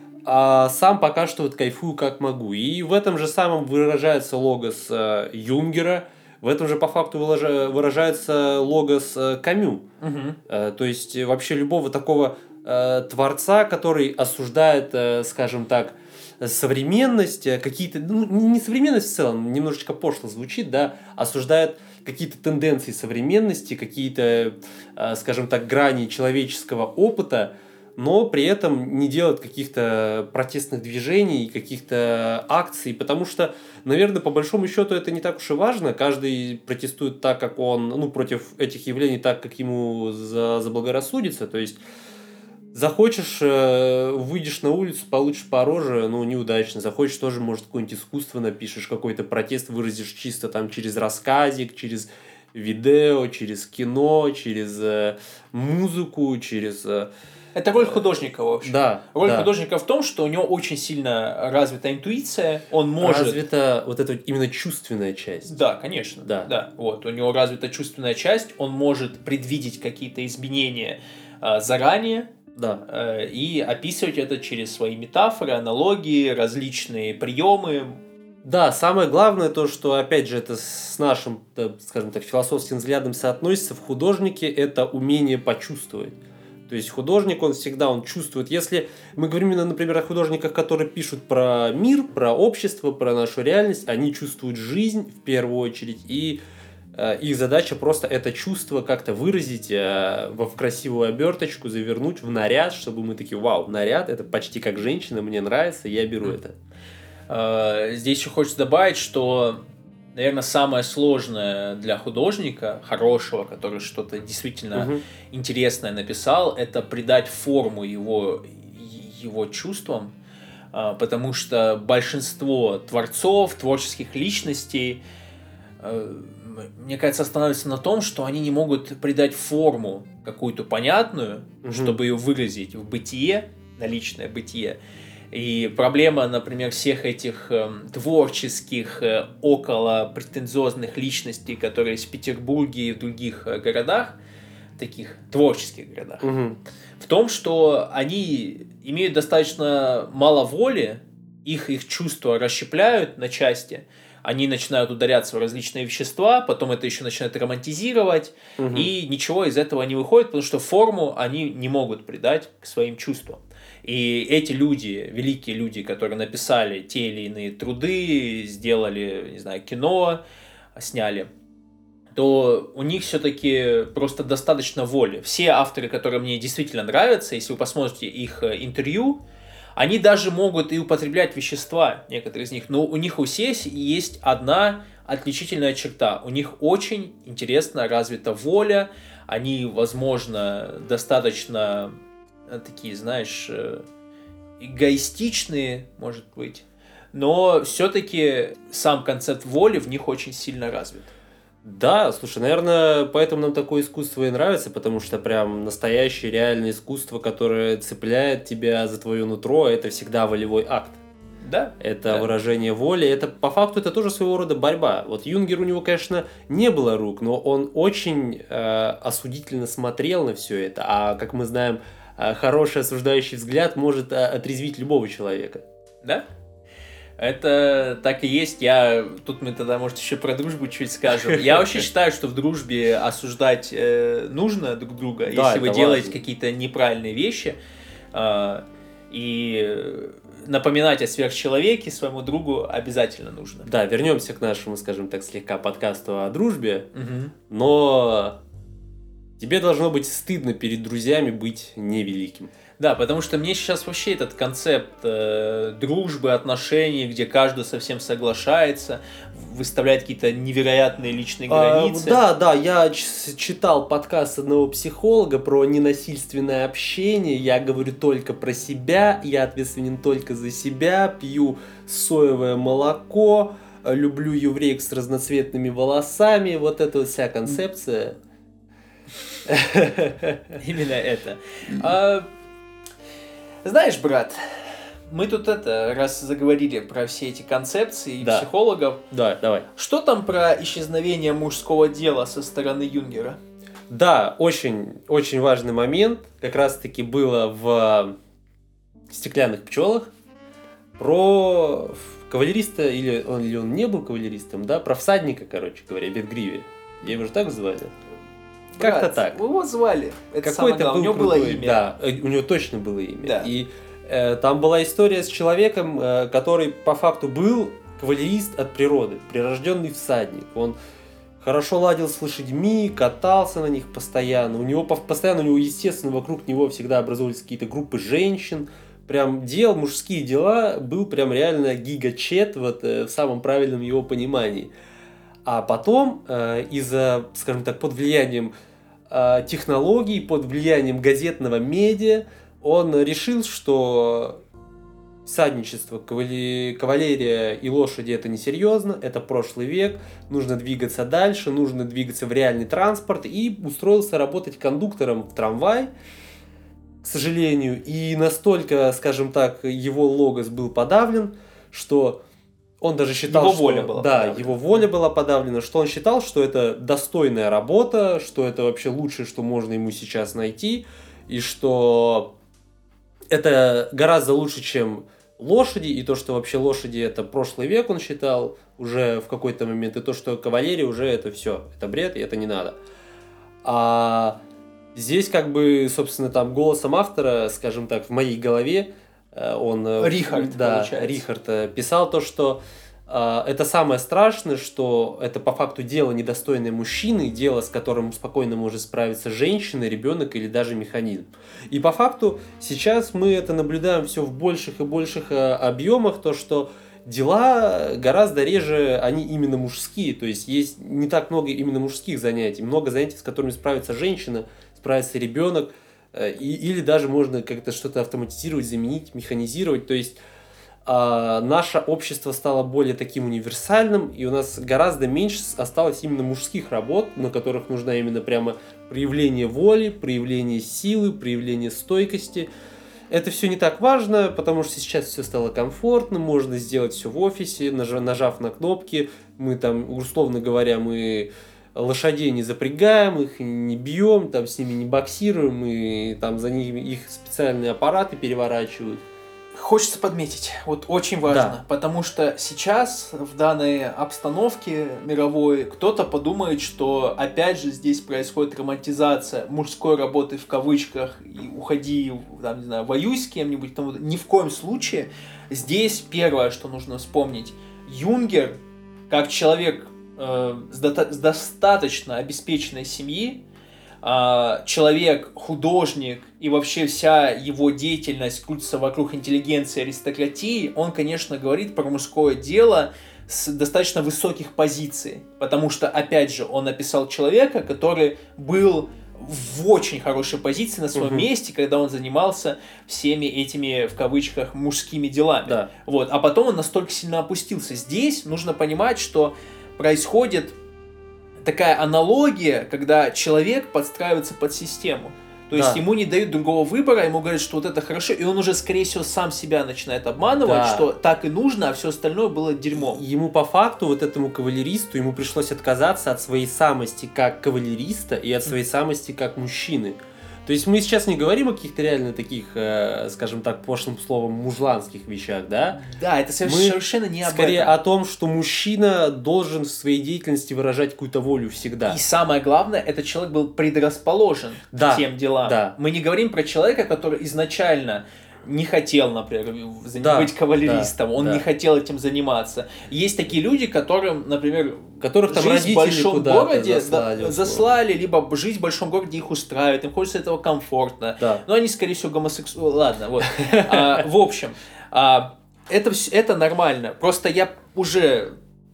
а сам пока что вот кайфую как могу. И в этом же самом выражается логос э, Юнгера, в этом же по факту выражается логос э, Камю. Угу. Э, то есть вообще любого такого э, творца, который осуждает, э, скажем так, современность, какие-то, ну не современность в целом, немножечко пошло звучит, да, осуждает какие-то тенденции современности, какие-то, э, скажем так, грани человеческого опыта, но при этом не делать каких-то протестных движений, каких-то акций, потому что, наверное, по большому счету это не так уж и важно. Каждый протестует так, как он, ну, против этих явлений так, как ему заблагорассудится. То есть захочешь, выйдешь на улицу, получишь по роже, ну, неудачно. Захочешь, тоже, может, какое-нибудь искусство напишешь, какой-то протест выразишь чисто там через рассказик, через видео, через кино, через музыку, через... Это роль художника, в общем. Да. Роль да. художника в том, что у него очень сильно развита интуиция, он может... Развита вот эта именно чувственная часть. Да, конечно. Да. да. Вот, у него развита чувственная часть, он может предвидеть какие-то изменения э, заранее, да. э, и описывать это через свои метафоры, аналогии, различные приемы. Да, самое главное то, что, опять же, это с нашим, скажем так, философским взглядом соотносится в художнике, это умение почувствовать. То есть художник, он всегда, он чувствует. Если мы говорим именно, например, о художниках, которые пишут про мир, про общество, про нашу реальность, они чувствуют жизнь в первую очередь, и э, их задача просто это чувство как-то выразить э, в красивую оберточку, завернуть в наряд, чтобы мы такие, вау, наряд, это почти как женщина, мне нравится, я беру это. Здесь еще хочется добавить, что, наверное, самое сложное для художника, хорошего, который что-то действительно угу. интересное написал, это придать форму его, его чувствам, потому что большинство творцов, творческих личностей, мне кажется, останавливаются на том, что они не могут придать форму какую-то понятную, угу. чтобы ее выразить в бытие, на личное бытие. И проблема, например, всех этих э, творческих, э, около претенциозных личностей, которые есть в Петербурге и в других э, городах, таких творческих городах, угу. в том, что они имеют достаточно мало воли, их, их чувства расщепляют на части, они начинают ударяться в различные вещества, потом это еще начинают романтизировать, угу. и ничего из этого не выходит, потому что форму они не могут придать к своим чувствам. И эти люди, великие люди, которые написали те или иные труды, сделали, не знаю, кино, сняли, то у них все-таки просто достаточно воли. Все авторы, которые мне действительно нравятся, если вы посмотрите их интервью, они даже могут и употреблять вещества, некоторые из них, но у них у всех есть одна отличительная черта. У них очень интересно развита воля, они, возможно, достаточно... такие, знаешь, эгоистичные, может быть, но все-таки сам концепт воли в них очень сильно развит. Да, слушай, наверное, поэтому нам такое искусство и нравится, потому что прям настоящее реальное искусство, которое цепляет тебя за твое нутро, это всегда волевой акт. Да. Это да. выражение воли, это по факту это тоже своего рода борьба. Вот Юнгер, у него, конечно, не было рук, но он очень э, осудительно смотрел на все это, а как мы знаем, хороший осуждающий взгляд может отрезвить любого человека. Да? Это так и есть. Я тут мы тогда, может, еще про дружбу чуть скажем. Я вообще считаю, что в дружбе осуждать э, нужно друг друга, да, если вы важно. делаете какие-то неправильные вещи. Э, и напоминать о сверхчеловеке своему другу обязательно нужно. Да, вернемся к нашему, скажем так, слегка подкасту о дружбе. Угу. Но тебе должно быть стыдно перед друзьями быть невеликим. Да, потому что мне сейчас вообще этот концепт э, дружбы, отношений, где каждый со всем соглашается, выставляет какие-то невероятные личные границы. А, да, да, я ч- читал подкаст одного психолога про ненасильственное общение. Я говорю только про себя, я ответственен только за себя, пью соевое молоко, люблю евреек с разноцветными волосами. Вот эта вся концепция. Именно это. А, знаешь, брат, мы тут это, раз заговорили про все эти концепции и Да. психологов, Да, давай. что там про исчезновение мужского дела со стороны Юнгера? Да, очень, очень важный момент. Как раз-таки было в «Стеклянных пчелах» про кавалериста, или он, или он не был кавалеристом, да, про всадника, короче говоря, Бетгриве. Я его же так звали? Как-то Брат, так. Его звали. Это самое Какой-то главное. был У него было крутой, имя. Да, э, у него точно было имя. Да. И э, там была история с человеком, э, который по факту был кавалерист от природы, прирожденный всадник. Он хорошо ладил с лошадьми, катался на них постоянно. У него постоянно, у него, естественно, вокруг него всегда образовывались какие-то группы женщин. Прям делал мужские дела, был прям реально гигачет вот, э, в самом правильном его понимании. А потом э, из-за, скажем так, под влиянием э, технологий, под влиянием газетного медиа, он решил, что всадничество, кавали... кавалерия и лошади — это несерьезно, это прошлый век, нужно двигаться дальше, нужно двигаться в реальный транспорт, и устроился работать кондуктором в трамвай, к сожалению, и настолько, скажем так, его логос был подавлен, что он даже считал, его что... воля была да, подавлена. его воля была подавлена, что он считал, что это достойная работа, что это вообще лучшее, что можно ему сейчас найти, и что это гораздо лучше, чем лошади, и то, что вообще лошади — это прошлый век, он считал уже в какой-то момент, и то, что кавалерия уже это все, это бред, и это не надо. А здесь как бы, собственно, там голосом автора, скажем так, в моей голове, он, Рихард, да, получается. Рихард писал то, что э, это самое страшное, что это по факту дело недостойное мужчины, дело, с которым спокойно может справиться женщина, ребенок или даже механизм. И по факту сейчас мы это наблюдаем все в больших и больших э, объемах, то, что дела гораздо реже, они именно мужские, то есть есть не так много именно мужских занятий, много занятий, с которыми справится женщина, справится ребенок, и, или даже можно как-то что-то автоматизировать, заменить, механизировать, то есть э, наше общество стало более таким универсальным, и у нас гораздо меньше осталось именно мужских работ, на которых нужно именно прямо проявление воли, проявление силы, проявление стойкости. Это все не так важно, потому что сейчас все стало комфортно, можно сделать все в офисе, нажав, нажав на кнопки, мы там, условно говоря, мы лошадей не запрягаем, их не бьем, там с ними не боксируем, и там за ними их специальные аппараты переворачивают. Хочется подметить, вот очень важно, Да. потому что сейчас в данной обстановке мировой кто-то подумает, что опять же здесь происходит романтизация мужской работы в кавычках, и уходи, там, не знаю, воюй с кем-нибудь, там, ни в коем случае. Здесь первое, что нужно вспомнить, Юнгер, как человек э, с, до- с достаточно обеспеченной семьи, человек, художник и вообще вся его деятельность крутится вокруг интеллигенции, аристократии, он, конечно, говорит про мужское дело с достаточно высоких позиций, потому что, опять же, он описал человека, который был в очень хорошей позиции на своем Угу. месте, когда он занимался всеми этими, в кавычках, мужскими делами. Да. Вот. А потом он настолько сильно опустился. Здесь нужно понимать, что происходит такая аналогия, когда человек подстраивается под систему. То есть Да. ему не дают другого выбора, ему говорят, что вот это хорошо, и он уже, скорее всего, сам себя начинает обманывать, Да. что так и нужно, а все остальное было дерьмом. Ему по факту, вот этому кавалеристу, ему пришлось отказаться от своей самости как кавалериста и от своей самости как мужчины. То есть мы сейчас не говорим о каких-то реально таких, э, скажем так, пошлым словом, мужланских вещах, да? Да, это Мы совершенно не об Скорее этом. о том, что мужчина должен в своей деятельности выражать какую-то волю всегда. И самое главное, этот человек был предрасположен Да, к тем делам. да. Мы не говорим про человека, который изначально не хотел, например, Да, быть кавалеристом, да, он да. не хотел этим заниматься. Есть такие люди, которым, например, Которых там жизнь в родители большом куда-то городе да, заслали, условно. заслали, либо жизнь в большом городе их устраивает, им хочется этого комфортно. Да. Но они, скорее всего, гомосексуалы. Ладно, вот. А, в общем, а, это, вс- это нормально. Просто я уже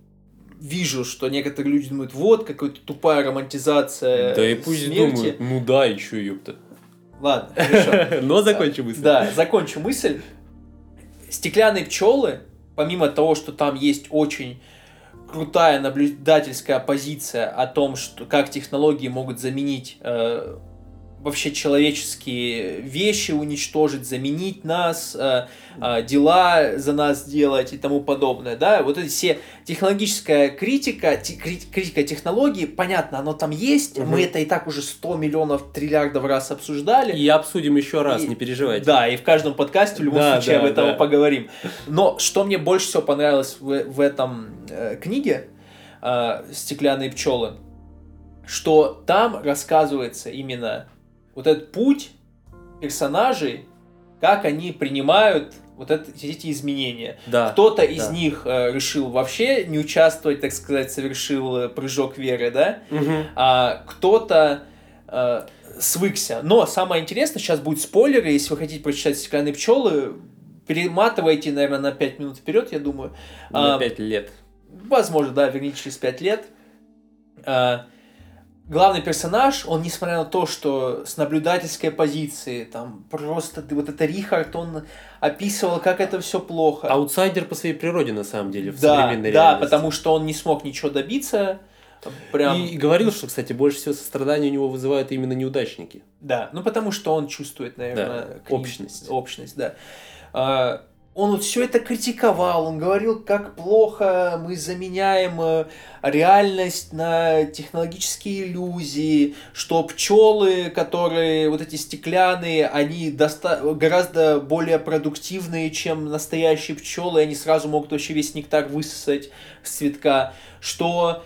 вижу, что некоторые люди думают, вот, какая-то тупая романтизация Да и пусть смерти. думают, ну да, еще ёпта. Ладно, хорошо. Но закончи мысль. Да, закончу мысль. Стеклянные пчелы, помимо того, что там есть очень крутая наблюдательская позиция о том, что, как технологии могут заменить э, вообще человеческие вещи, уничтожить, заменить нас, э, э, дела за нас сделать и тому подобное, да, вот эти все технологическая критика, те, критика технологий, понятно, оно там есть, угу. Мы это и так уже сто миллионов триллиардов раз обсуждали. И обсудим еще раз, и, не переживайте. Да, и в каждом подкасте в любом да, случае да, об этом да. поговорим. Но что мне больше всего понравилось в, в этом э, книге э, «Стеклянные пчелы», что там рассказывается именно вот этот путь персонажей, как они принимают вот это, эти изменения. Да, Кто-то из да. них э, решил вообще не участвовать, так сказать, совершил прыжок веры, да? Угу. А кто-то э, свыкся. Но самое интересное, сейчас будут спойлеры, если вы хотите прочитать «Стеклянные пчелы», перематывайте, наверное, на пять минут вперед, я думаю. На а, пять лет. Возможно, да, верните через пять лет. А, Главный персонаж, он, несмотря на то, что с наблюдательской позиции, там просто вот это Рихард, он описывал, как это все плохо. Аутсайдер по своей природе, на самом деле, в да, современной да, реальности. потому что он не смог ничего добиться. Прям... И, и говорил, что, кстати, больше всего сострадания у него вызывают именно неудачники. Да, ну потому что он чувствует, наверное, да, книг... общность. Общность, да. А, он вот все это критиковал, он говорил, как плохо мы заменяем реальность на технологические иллюзии, что пчелы, которые вот эти стеклянные, они доста- гораздо более продуктивные, чем настоящие пчелы, и они сразу могут вообще весь нектар высосать с цветка, что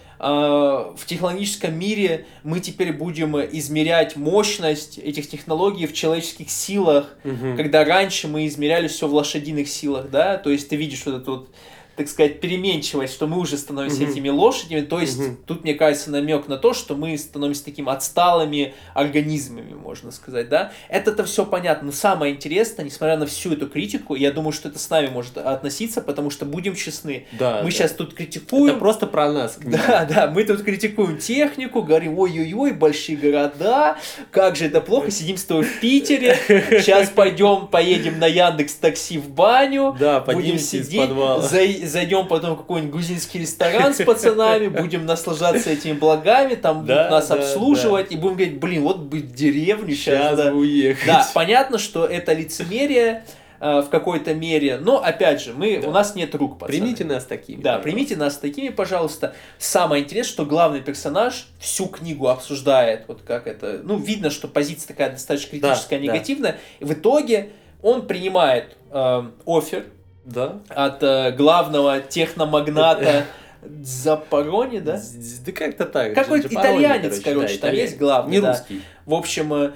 в технологическом мире мы теперь будем измерять мощность этих технологий в человеческих силах, угу. когда раньше мы измеряли все в лошадиных силах, да, то есть ты видишь вот эту вот, так сказать, переменчивость, что мы уже становимся угу. этими лошадями, то есть угу. тут, мне кажется, намек на то, что мы становимся такими отсталыми организмами, можно сказать, да. Это-то все понятно, но самое интересное, несмотря на всю эту критику, я думаю, что это с нами может относиться, потому что, будем честны, да, мы да. сейчас тут критикуем. Это просто про нас. Да, да, мы тут критикуем технику, говорим, ой-ой-ой, большие города, как же это плохо, сидим с тобой в Питере, сейчас пойдем, поедем на Яндекс.Такси в баню, да, будем сидеть, за, зайдем потом в какой-нибудь грузинский ресторан с пацанами, будем наслаждаться этими благами, там да, будут нас да, обслуживать, да. и будем говорить, блин, вот бы в деревню сейчас, сейчас да. уехать. Да, понятно, что это лицемерие э, в какой-то мере, но, опять же, мы, да. у нас нет рук, пацаны. Примите нас такими. Да, пожалуйста. примите нас такими, пожалуйста. Самое интересное, что главный персонаж всю книгу обсуждает, вот как это, ну, видно, что позиция такая достаточно критическая, да, негативная, да. И в итоге он принимает э, оффер, да. от э, главного техномагната Запорони, да? Да как-то так. Какой-то итальянец, короче, там есть главный. Не да. русский. В общем, э,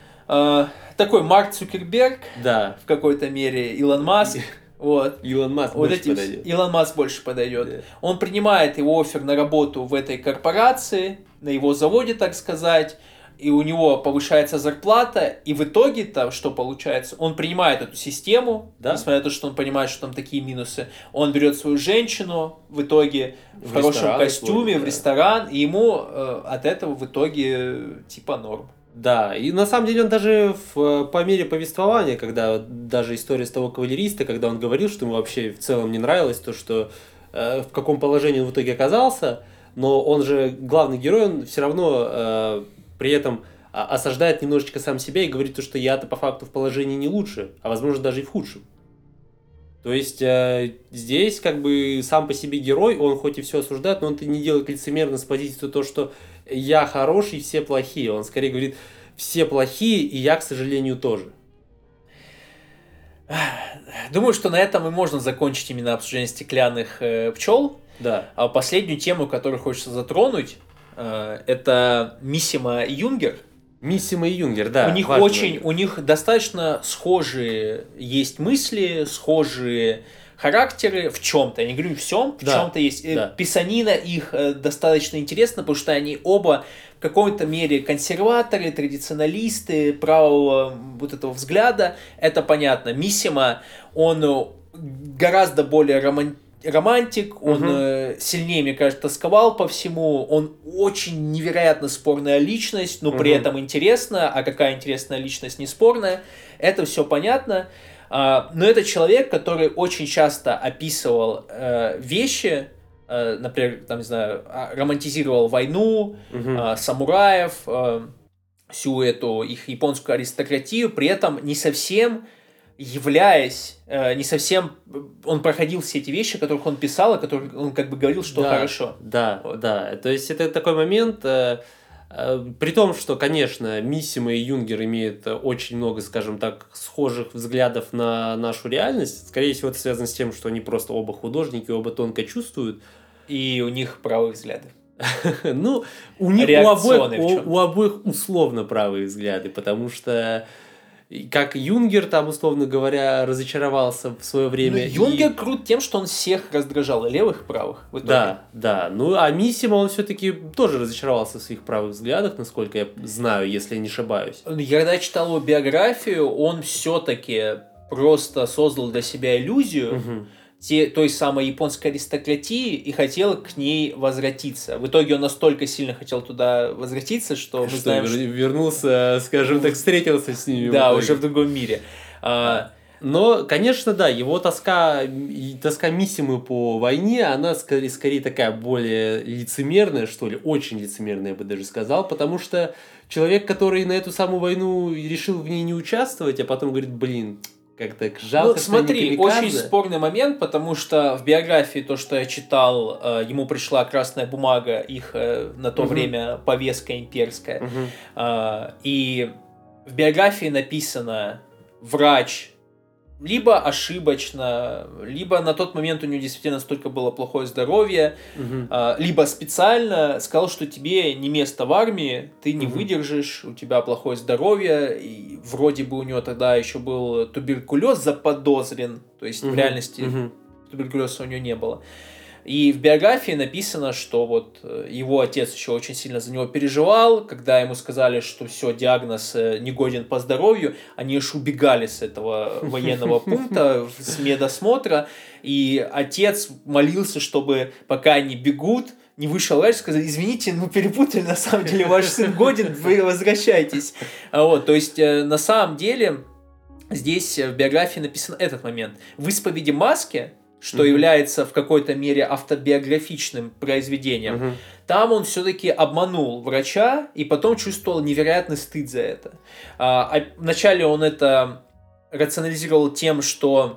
э, такой Марк Цукерберг, да. в какой-то мере Илон Маск. Вот. Илон Маск вот больше эти, подойдет. Илон Маск больше подойдет. Да. Он принимает его оффер на работу в этой корпорации, на его заводе, так сказать, и у него повышается зарплата, и в итоге-то, что получается, он принимает эту систему, да? Несмотря на то, что он понимает, что там такие минусы, он берет свою женщину в итоге в, в хорошем костюме, свой, в да. ресторан, и ему э, от этого в итоге типа норм. Да, и на самом деле он даже в, по мере повествования, когда даже история с того кавалериста, когда он говорил, что ему вообще в целом не нравилось то, что э, в каком положении он в итоге оказался, но он же главный герой, он все равно э, при этом осаждает немножечко сам себя и говорит, что я-то по факту в положении не лучше, а возможно даже и в худшем. То есть э, здесь как бы сам по себе герой, он хоть и все осуждает, но он-то не делает лицемерно с позиции то, что я хороший, все плохие. Он скорее говорит, все плохие, и я, к сожалению, тоже. Думаю, что на этом и можно закончить именно обсуждение стеклянных э, пчел. Да. А последнюю тему, которую хочется затронуть, э, это Мисима Юнгер. Миссима и Юнгер, да. У них очень, у них достаточно схожие есть мысли, схожие характеры в чем-то. Я не говорю в всем, в да, чем-то есть. Да. Писанина их достаточно интересна, потому что они оба в какой-то мере консерваторы, традиционалисты, правого вот этого взгляда. Это понятно. Миссима, он гораздо более романтичный. Романтик, он угу. э, сильнее, мне кажется, тосковал по всему, он очень невероятно спорная личность, но угу. при этом интересная, а какая интересная личность не спорная, это все понятно, а, но это человек, который очень часто описывал э, вещи, э, например, там, не знаю, романтизировал войну, угу. э, самураев, э, всю эту их японскую аристократию, при этом не совсем... являясь э, не совсем... Он проходил все эти вещи, о которых он писал, о которых он как бы говорил, что да, хорошо. Да, вот. да. То есть это такой момент... Э, э, при том, что, конечно, Миссима и Юнгер имеют очень много, скажем так, схожих взглядов на нашу реальность. Скорее всего, это связано с тем, что они просто оба художники, оба тонко чувствуют. И у них правые взгляды. Ну, у них у обоих, у, у обоих условно правые взгляды, потому что как Юнгер там, условно говоря, разочаровался в свое время. Ну, Юнгер и... крут тем, что он всех раздражал, и левых, и правых. Да, да. Ну, а Миссима, он все-таки тоже разочаровался в своих правых взглядах, насколько я знаю, если я не ошибаюсь. Я когда читал его биографию, он все-таки просто создал для себя иллюзию, угу. те, той самой японской аристократии и хотел к ней возвратиться. В итоге он настолько сильно хотел туда возвратиться, что мы что, знаем... Что вернулся, скажем так, встретился с ними. Да, в уже в другом мире. А... Но, конечно, да, его тоска, тоска Миссимы по войне, она скорее, скорее такая более лицемерная, что ли, очень лицемерная, я бы даже сказал, потому что человек, который на эту самую войну решил в ней не участвовать, а потом говорит, блин... Как-то жалко, ну, смотри, очень спорный момент, потому что в биографии, то, что я читал, э, ему пришла красная бумага, их э, на то uh-huh. время повестка имперская. Uh-huh. Э, и в биографии написано врач либо ошибочно, либо на тот момент у него действительно настолько было плохое здоровье, uh-huh. э, либо специально сказал, что тебе не место в армии, ты не uh-huh. выдержишь, у тебя плохое здоровье, и вроде бы у него тогда еще был туберкулез заподозрен, то есть uh-huh. в реальности uh-huh. туберкулеза у него не было. И в биографии написано, что вот его отец еще очень сильно за него переживал, когда ему сказали, что все, диагноз негоден по здоровью, они аж убегали с этого военного пункта, с медосмотра, и отец молился, чтобы пока они бегут, не вышел врач, сказал, извините, мы перепутали, на самом деле ваш сын годен, вы возвращайтесь. Вот, то есть, на самом деле, здесь в биографии написан этот момент. В «Исповеди Маски», что mm-hmm. является в какой-то мере автобиографичным произведением, mm-hmm. там он все-таки обманул врача и потом чувствовал невероятный стыд за это. А, а вначале он это рационализировал тем, что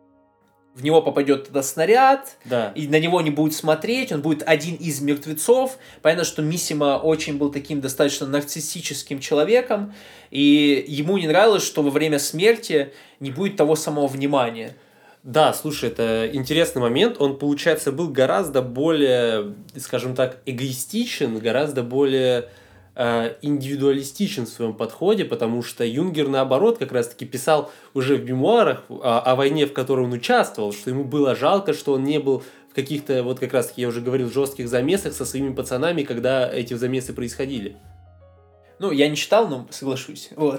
в него попадет тогда снаряд, да. и на него не будет смотреть, он будет один из мертвецов. Понятно, что Миссима очень был таким достаточно нарциссическим человеком, и ему не нравилось, что во время смерти не будет того самого внимания. Да, слушай, это интересный момент. Он, получается, был гораздо более, скажем так, эгоистичен, гораздо более э, индивидуалистичен в своем подходе, потому что Юнгер, наоборот, как раз-таки писал уже в мемуарах о, о войне, в которой он участвовал, что ему было жалко, что он не был в каких-то, вот как раз-таки я уже говорил, жестких замесах со своими пацанами, когда эти замесы происходили. Ну, я не читал, но соглашусь. Вот.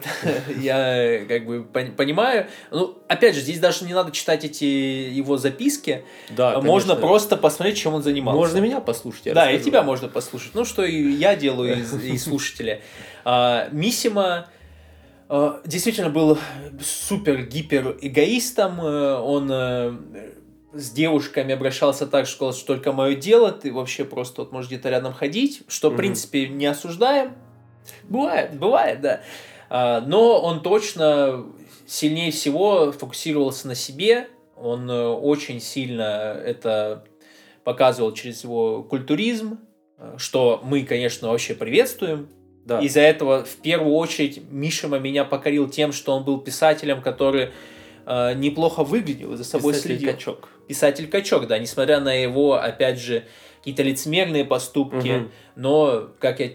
Я как бы понимаю. Ну, опять же, здесь даже не надо читать эти его записки. Да, можно конечно. Просто посмотреть, чем он занимался. Можно меня послушать. Я да, расскажу. И тебя можно послушать. Ну, что и я делаю, и, и слушатели. А, Миссима а, действительно был супер-гипер эгоистом. Он а, с девушками обращался так, что сказал, что только мое дело, ты вообще просто вот можешь где-то рядом ходить, что, в принципе, не осуждаем. Бывает, бывает, да. А, но он точно сильнее всего фокусировался на себе. Он очень сильно это показывал через его культуризм, что мы, конечно, вообще приветствуем. Да. Из-за этого, в первую очередь, Мишима меня покорил тем, что он был писателем, который э, неплохо выглядел, за собой следил. Писатель-качок. Писатель-качок, да, несмотря на его, опять же, какие-то лицемерные поступки. Угу. Но, как я...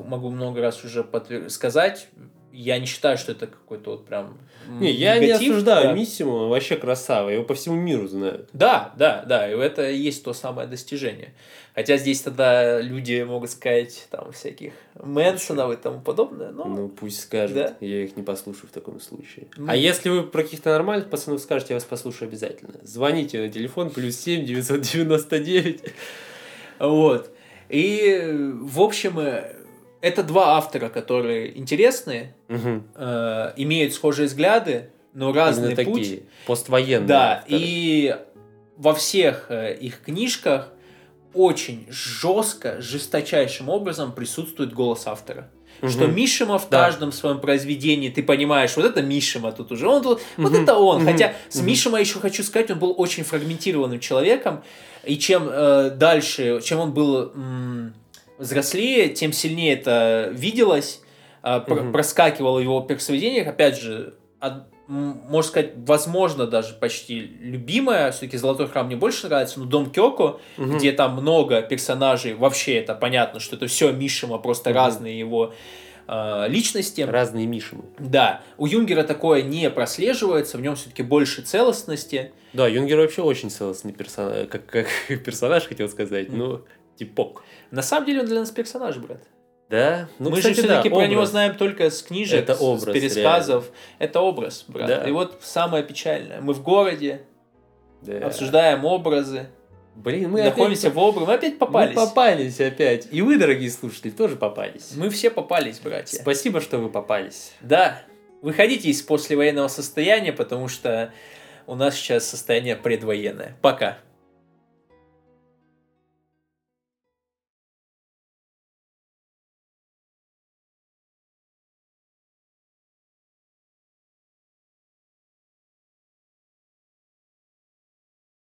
могу много раз уже подтвер- сказать, я не считаю, что это какой-то вот прям Не, я не негатив, осуждаю да. Миссимо, вообще красава, его по всему миру знают. Да, да, да, и это и есть то самое достижение. Хотя здесь тогда люди могут сказать там всяких Мэнсонов и тому подобное, но... Ну, пусть скажут, Да. я их не послушаю в таком случае. Ну. А если вы про каких-то нормальных пацанов скажете, я вас послушаю обязательно. Звоните на телефон плюс семь девятьсот девяносто девять. Вот. И, в общем, э, это два автора, которые интересные, Угу. э, имеют схожие взгляды, но разный Именно путь. такие, поствоенные. Да, авторы. и во всех э, их книжках очень жестко, жесточайшим образом присутствует голос автора. Мгм. Что Мишима в Да. каждом своем произведении, ты понимаешь, вот это Мишима тут уже, он тут, вот Мгм. это он. Мгм. Хотя с Мгм. Мишима еще хочу сказать, он был очень фрагментированным человеком, и чем э, дальше, чем он был м, взрослее, тем сильнее это виделось, э, пр- Мгм. проскакивало в его произведениях, опять же, от- м, можно сказать, возможно, даже почти любимая, все-таки «Золотой храм» мне больше нравится, но «Дом Кёко», Мгм. где там много персонажей, вообще это понятно, что это все Мишима, просто Мгм. разные его э, личности. Разные Мишимы. Да, у Юнгера такое не прослеживается, в нем все-таки больше целостности. Да, Юнгер вообще очень целостный персонаж, как, как персонаж, хотел сказать, ну, типок. На самом деле он для нас персонаж, брат. Да? Ну, Мы кстати, же все-таки да, про него образ. знаем только с книжек, Это с- образ, с пересказов. Это образ, брат. Да. И вот самое печальное. Мы в городе, Да. обсуждаем образы, Блин, мы находимся опять... в образе. Мы опять попались. Мы попались опять. И вы, дорогие слушатели, тоже попались. Мы все попались, братья. Спасибо, что вы попались. Да, выходите из послевоенного состояния, потому что у нас сейчас состояние предвоенное. Пока.